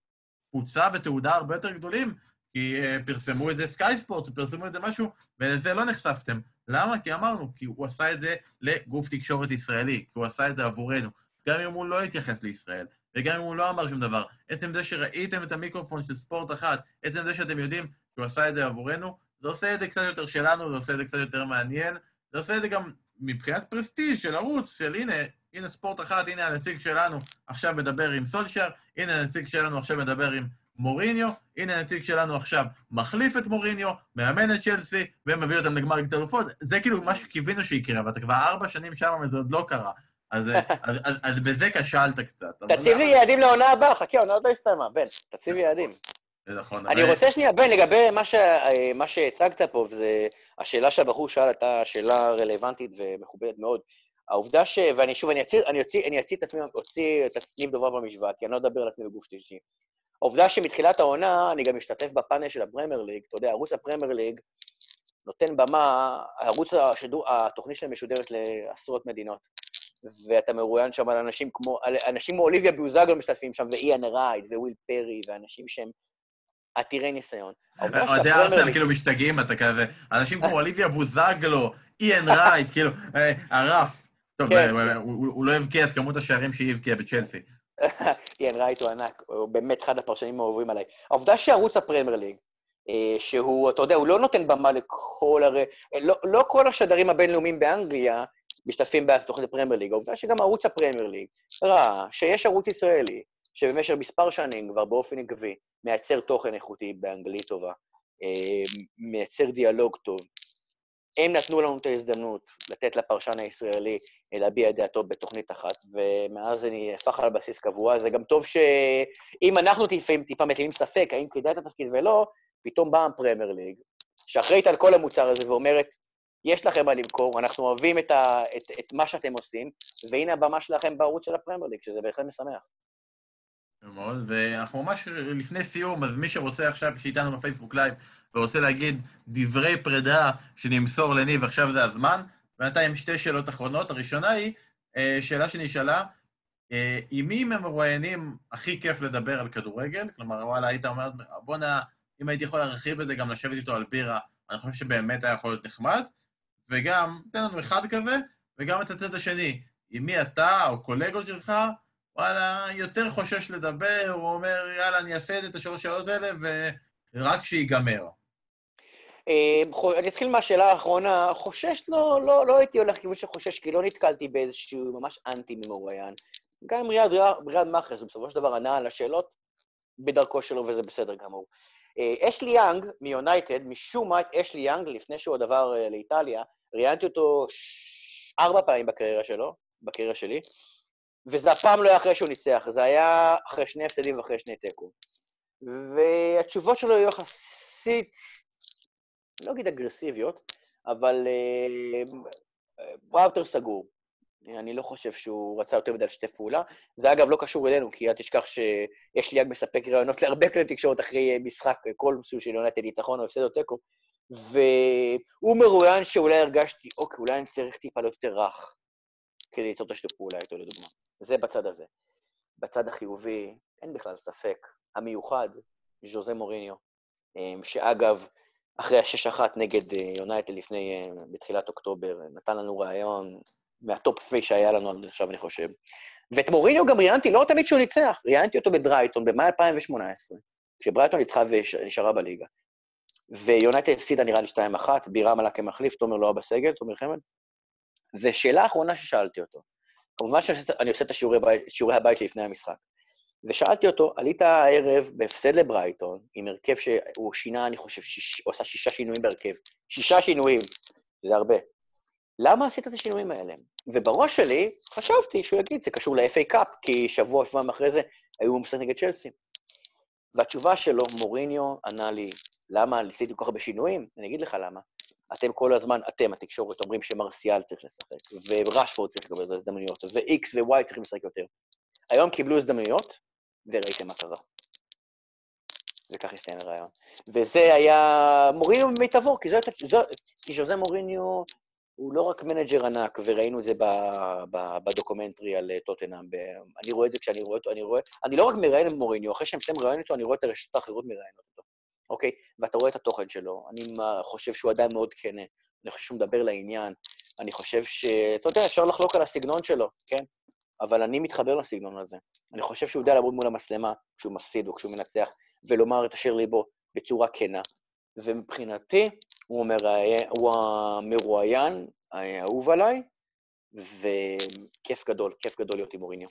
קבוצה ותעודה הרבה יותר גדולים, כי אה, פרסמו את זה סקאי ספורט, פרסמו את זה משהו, ולזה לא נחשפתם. למה? כי אמרנו, כי הוא עשה את זה לגוף תקשורת ישראלי, כי הוא עשה את זה עבורנו. גם אם הוא לא התייחס לישראל, וגם אם הוא לא אמר שום דבר. עצם זה שראיתם את המיקרופון של ספורט אחת, עצם זה שאתם יודעים שהוא עשה את זה עבורנו, זה עושה את זה קצת יותר שלנו, זה עושה את זה קצת יותר מעניין, זה עושה את זה גם מבחינת פרסטיז' של ערוץ, של הנה, הנה ספורט אחת, הנה הנציג שלנו עכשיו מדבר עם סולשייר, הנה הנציג שלנו עכשיו מדבר עם מוריניו, הנה הנציג שלנו עכשיו מחליף את מוריניו, מאמן את צ'לסי, ומביא אותם לגמר ליגת האלופות. זה כאילו מה שקיווינו שיקרה, ואתה כבר ארבע שנים שם, וזה עוד לא קרה. אז, אז, אז, אז בזה כשלת קצת. תציב לי יעדים לעונה הבאה, חכה, העונה עוד לא הסתיימה, בן, תציב לי יעדים. זה נכון. אני רוצה שנייה, בן, לגבי מה, ש... מה שהצגת פה, וזה השאלה שהבחור שאל הייתה שאלה רלוונטית ומכובדת מאוד. העובדה ש... ואני שוב, אני אציא, אני אוציא, אני אציא את עצמי, אוציא את ניב דובר במשוואה, כי אני לא אדבר על עצמי בגוף שלישי. העובדה שמתחילת העונה, אני גם משתתף בפאנל של הפרמייר ליג, אתה יודע, ערוץ הפרמייר ליג נותן במה, הערוץ השידור, התוכנית שלהם משודרת לעשרות מדינות. ואתה מרואיין שם על אנשים כמו, על אנשים כמו אוליביה ביוזגלו משתתפים שם, ואיאן רייט, וויל פרי, ואנשים שהם עתירי ניסיון. אוהדי ארסנל כאילו משתגעים, אתה כזה, אנשים כמו אוליביה בוזגלו, איאן רייט, כאילו, הרף. טוב, הוא לא הבקיע את כמות השערים שהיא הבקיעה בצ'לסי. איאן רייט הוא ענק, הוא באמת אחד הפרשנים האהובים עליי. העובדה שערוץ הפרמייר ליג, שהוא, אתה יודע, הוא לא נותן במה לכל הרי, לא כל השדרים הבינלאומיים באנגליה, משתתפים בתוכנית הפרמייר ליג. העובדה שגם ערוץ הפרמייר ליג ראה שיש ערוץ ישראלי, שבמשך מספר שנים כבר באופן עקבי, מייצר תוכן איכותי באנגלית טובה, מייצר דיאלוג טוב. הם נתנו לנו את ההזדמנות לתת לפרשן הישראלי להביע את דעתו בתוכנית אחת, ומאז זה נהפך על בסיס קבוע. זה גם טוב שאם אנחנו טיפה מטילים ספק, האם כדאי את התפקיד ולא, פתאום באה הפרמייר ליג, שאחראית על כל המוצר הזה ואומרת, יש לכם מה למכור, אנחנו אוהבים את, ה, את, את מה שאתם עושים, והנה הבמה שלכם בערוץ של הפרמייר ליג, שזה בהחלט משמח. מאוד, ואנחנו ממש לפני סיום, אז מי שרוצה עכשיו, שאיתנו בפייסבוק לייב, ורוצה להגיד דברי פרידה שנמסור לניב, עכשיו זה הזמן, ובינתיים שתי שאלות אחרונות. הראשונה היא, שאלה שנשאלה, עם מי מהמרואיינים הכי כיף לדבר על כדורגל? כלומר, וואלה, היית אומר, בוא נע, אם הייתי יכול להרחיב את זה, גם לשבת איתו על בירה, אני חושב שבאמת היה יכול להיות נחמד, וגם, תן לנו אחד כזה, וגם את הצד השני, עם מי אתה או קולגות שלך, וואלה, יותר חושש לדבר, הוא אומר, יאללה, אני אעשה את השלוש שעות האלה, ורק שיגמר. אני אתחיל מהשאלה האחרונה, חושש לא, לא, לא הייתי הולך כיוון שחושש, כי לא נתקלתי באיזשהו ממש אנטי ממרואיין. גם עם ריאד, ריאד מאחרס, הוא בסופו של דבר ענה על השאלות בדרכו שלו, וזה בסדר גמור. אשלי יאנג מיונייטד, משום מה את אשלי יאנג, לפני שהוא עבר לאיטליה, ראיינתי אותו ארבע פעמים בקריירה שלו, בקריירה שלי, וזה הפעם לא היה אחרי שהוא ניצח, זה היה אחרי שני הפסדים ואחרי שני תיקו. והתשובות שלו היו יחסית, לא אגיד אגרסיביות, אבל בראוטר סגור. אני לא חושב שהוא רצה יותר מדי לשתף פעולה. זה אגב לא קשור אלינו, כי אל תשכח שיש לי רק מספק רעיונות להרבה כלי תקשורת אחרי משחק, כל מסוג של יונייטד ניצחון או הפסד או תיקו, והוא מרואיין שאולי הרגשתי, אוקיי, אולי אני צריך טיפה להיות יותר רך, כדי ליצור את השתף פעולה איתו לדוגמה. זה בצד הזה. בצד החיובי, אין בכלל ספק, המיוחד, ז'וזה מוריניו, שאגב, אחרי השש אחת נגד יונייטד לפני, בתחילת אוקטובר, נתן לנו רעיון מהטופ פרי שהיה לנו עכשיו, אני חושב. ואת מוריניו גם ראיינתי, לא תמיד שהוא ניצח, ראיינתי אותו בברייטון, במאי אלפיים ושמונה עשרה, כשברייטון ניצחה ונשארה בליגה. ויונייטד הפסידה נראה לי שתיים אחת, בירם עלה כמחליף, תומר לא היה בסגל, תומר חמד. ושאלה האחרונה ששאלתי אותו, כמובן שאני עושה את שיעורי הבית שלי לפני המשחק, ושאלתי אותו, עלית הערב בהפסד לברייטון, עם הרכב שהוא שינה, אני חושב, שיש, הוא עשה שישה שינויים בהרכב, שישה שינויים, זה הרבה. למה עשית את השינויים האלה? ובראש שלי חשבתי שהוא יגיד, זה קשור ל-אף איי קאפ, כי שבוע, שבוע אחרי זה היו משחק נגד צ'לסי. והתשובה שלו, מוריניו ענה לי, למה עשיתי כל כך הרבה שינויים? אני אגיד לך למה. אתם כל הזמן, אתם, התקשורת, אומרים שמרסיאל צריך לשחק, ורשפורד צריך לקבל את ההזדמנויות, ו-X ו-Y צריכים לשחק יותר. היום קיבלו הזדמנויות, וראיתם מה קרה. וכך הסתיים הרעיון. וזה היה מוריניו מיטבו, כי, כי ז'וזה מוריניו הוא לא רק מנג'ר ענק, וראינו את זה בדוקומנטרי על טוטנהאם. אני רואה את זה כשאני רואה אותו, אני רואה, אני לא רק מראיין את מוריניו, אחרי שהם מסיים ראיין אותו, אני רואה את הרשתות האחרות מראיינות אותו. אוקיי? ואתה רואה את התוכן שלו. אני חושב שהוא אדם מאוד כן, אני חושב שהוא מדבר לעניין. אני חושב ש... אתה יודע, אפשר לחלוק על הסגנון שלו, כן? אבל אני מתחבר לסגנון הזה. אני חושב שהוא יודע לעמוד מול המצלמה, כשהוא מפסיד או כשהוא מנצח, ולומר את אשר ליבו בצורה כנה. ומבחינתי, הוא, מראיין, הוא המרואיין האהוב עליי, וכיף גדול, כיף גדול להיות עם מוריניו.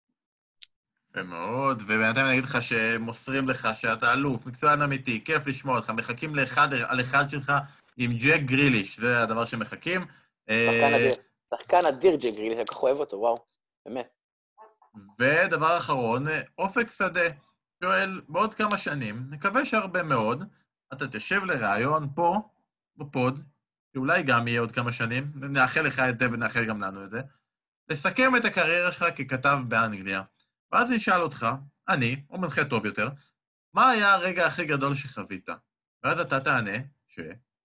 ומאוד, ובינתיים אני אגיד לך שמוסרים לך שאתה אלוף, מקצוען אמיתי, כיף לשמוע אותך, מחכים לאחד על אחד שלך עם ג'ק גריליש, זה הדבר שמחכים. שחקן אדיר, שחקן אדיר ג'ק גריליש, אני כל כך אוהב אותו, וואו, באמת. ודבר אחרון, אופק שדה, שואל, בעוד כמה שנים, נקווה שהרבה מאוד, אתה תשב לרעיון פה, בפוד, שאולי גם יהיה עוד כמה שנים, נאחל לך את זה ונאחל גם לנו את זה, לסכם את הקריירה שלך ככתב באנגליה. ואז נשאל אותך, אני, או מנחה טוב יותר, מה היה הרגע הכי גדול שחווית? ואז אתה תענה ש...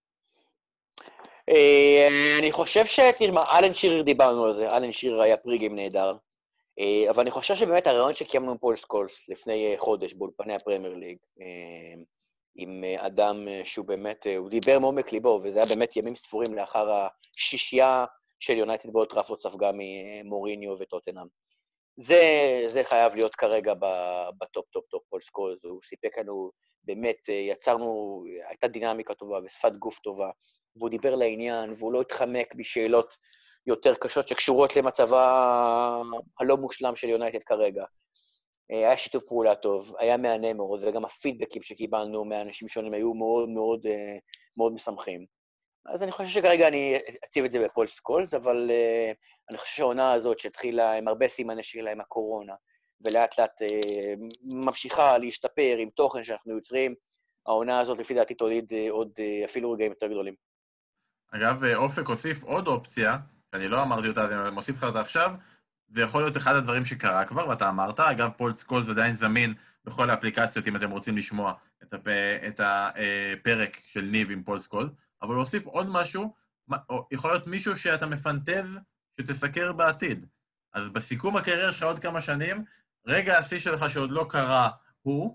אני חושב שתרמה, אלן שירר דיברנו על זה, אלן שירר היה פריגיים נהדר, אבל אני חושב שבאמת הרעיון שקיימנו עם פול סקולס לפני חודש באולפני הפרמייר ליג, עם אדם שהוא באמת, הוא דיבר מעומק ליבו, וזה היה באמת ימים ספורים לאחר השישייה של יונייטד באולד טראפורד ספגה ממוריניו וטוטנהאם. זה, זה חייב להיות כרגע בטופ טופ טופ פול סקולס, הוא סיפק לנו, באמת יצרנו, הייתה דינמיקה טובה ושפת גוף טובה, והוא דיבר לעניין, והוא לא התחמק בשאלות יותר קשות שקשורות למצבה הלא מושלם של יונייטד כרגע. היה שיתוף פעולה טוב, היה מענה מאוד, וגם הפידבקים שקיבלנו מאנשים שונים היו מאוד מאוד, מאוד משמחים. אז אני חושב שכרגע אני אציב את זה בפול סקולס, אבל uh, אני חושב שהעונה הזאת שהתחילה עם הרבה סימני שאלה עם הקורונה, ולאט לאט uh, ממשיכה להשתפר עם תוכן שאנחנו יוצרים, העונה הזאת לפי דעתי תוליד uh, עוד uh, אפילו רגעים יותר גדולים. אגב, אופק הוסיף עוד אופציה, שאני לא אמרתי אותה, אני מוסיף לך אותה עכשיו, זה יכול להיות אחד הדברים שקרה כבר, ואתה אמרת, אגב, פול סקולס עדיין זמין בכל האפליקציות, אם אתם רוצים לשמוע את, הפ... את הפרק של ניב עם פול סקולס, אבל להוסיף עוד משהו, יכול להיות מישהו שאתה מפנטז שתסקר בעתיד. אז בסיכום הקריירה שלך עוד כמה שנים, רגע השיא שלך שעוד לא קרה הוא?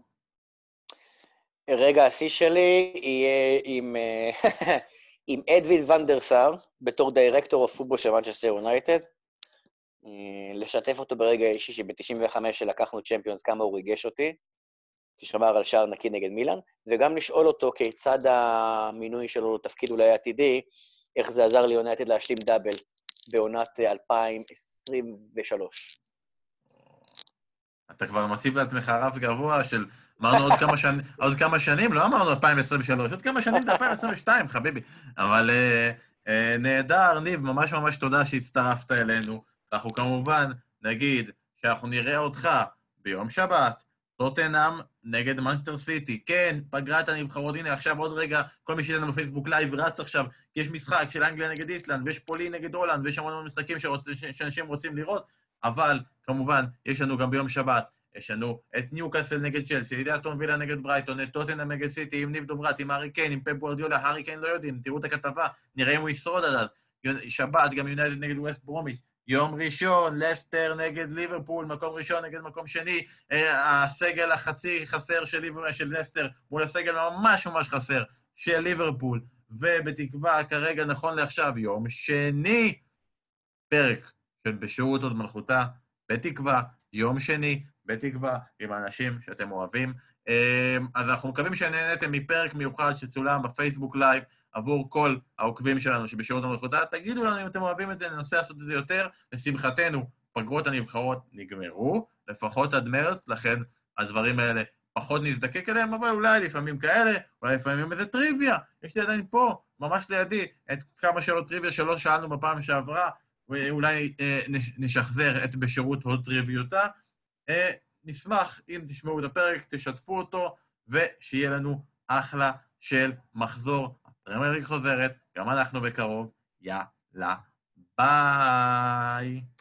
רגע השיא שלי יהיה עם, עם אדווין ונדרסאר, בתור דירקטור הפוטבול של מנצ'סטר יונייטד, לשתף אותו ברגע אישי שב-תשעים וחמש שלקחנו צ'מפיונס, כמה הוא ריגש אותי, כשמר על שער נקי נגד מילאן, וגם לשאול אותו כיצד המינוי שלו לתפקיד אולי עתידי, איך זה עזר לי יונייטד להשלים דאבל בעונת אלפיים עשרים ושלוש. אתה כבר מוסיף לעצמך רף גבוה של, אמרנו עוד כמה, שנ... עוד כמה שנים, לא אמרנו אלפיים עשרים ושלוש, עוד כמה שנים זה אלפיים עשרים ושתיים, חביבי. אבל אה, אה, נהדר, ניב, ממש ממש תודה שהצטרפת אלינו. אנחנו כמובן נגיד שאנחנו נראה אותך ביום שבת, טוטנהאם נגד מנצ'סטר סיטי. כן, פגרת הנבחרות, הנה עכשיו עוד רגע, כל מי שאיתנו בפייסבוק לייב רץ עכשיו, כי יש משחק של אנגליה נגד איסלנד, ויש פולין נגד הולנד, ויש המון משחקים שרוצ... שאנשים רוצים לראות, אבל כמובן, יש לנו גם ביום שבת, יש לנו את ניוקאסל נגד צ'לסי, את אסטון וילה נגד ברייטון, את טוטנהאם נגד סיטי, עם ניב דוברת, עם הארי קיין, עם פפ גוארדיולה, הארי קיין לא יודעים, תראו את הכתבה, נראה אם הוא ישרוד עליו. שבת, גם יונייטד נגד ווסט ברומיץ'. יום ראשון, לסטר נגד ליברפול, מקום ראשון נגד מקום שני, הסגל החצי חסר של, ליבר... של לסטר מול הסגל ממש ממש חסר של ליברפול, ובתקווה כרגע נכון לעכשיו יום שני, פרק של בשירות עוד מלכותה, בתקווה, יום שני, בתקווה, עם האנשים שאתם אוהבים. אז אנחנו מקווים שנהנתם מפרק מיוחד שצולם בפייסבוק לייב עבור כל העוקבים שלנו שבשירות המלכותה. תגידו לנו אם אתם אוהבים את זה, ננסה לעשות את זה יותר. לשמחתנו, פגרות הנבחרות נגמרו, לפחות עד מרץ, לכן הדברים האלה פחות נזדקק אליהם, אבל אולי לפעמים כאלה, אולי לפעמים איזה טריוויה. יש לי עדיין פה, ממש לידי, את כמה שאלות טריוויה שלא שאלנו בפעם שעברה, ואולי אה, נשחזר את בשירות הוד טריוויותה. אה, נשמח אם תשמעו את הפרק, תשתפו אותו, ושיהיה לנו אחלה של מחזור. הפרמייר ליג חוזרת, גם אנחנו בקרוב. יאללה, ביי.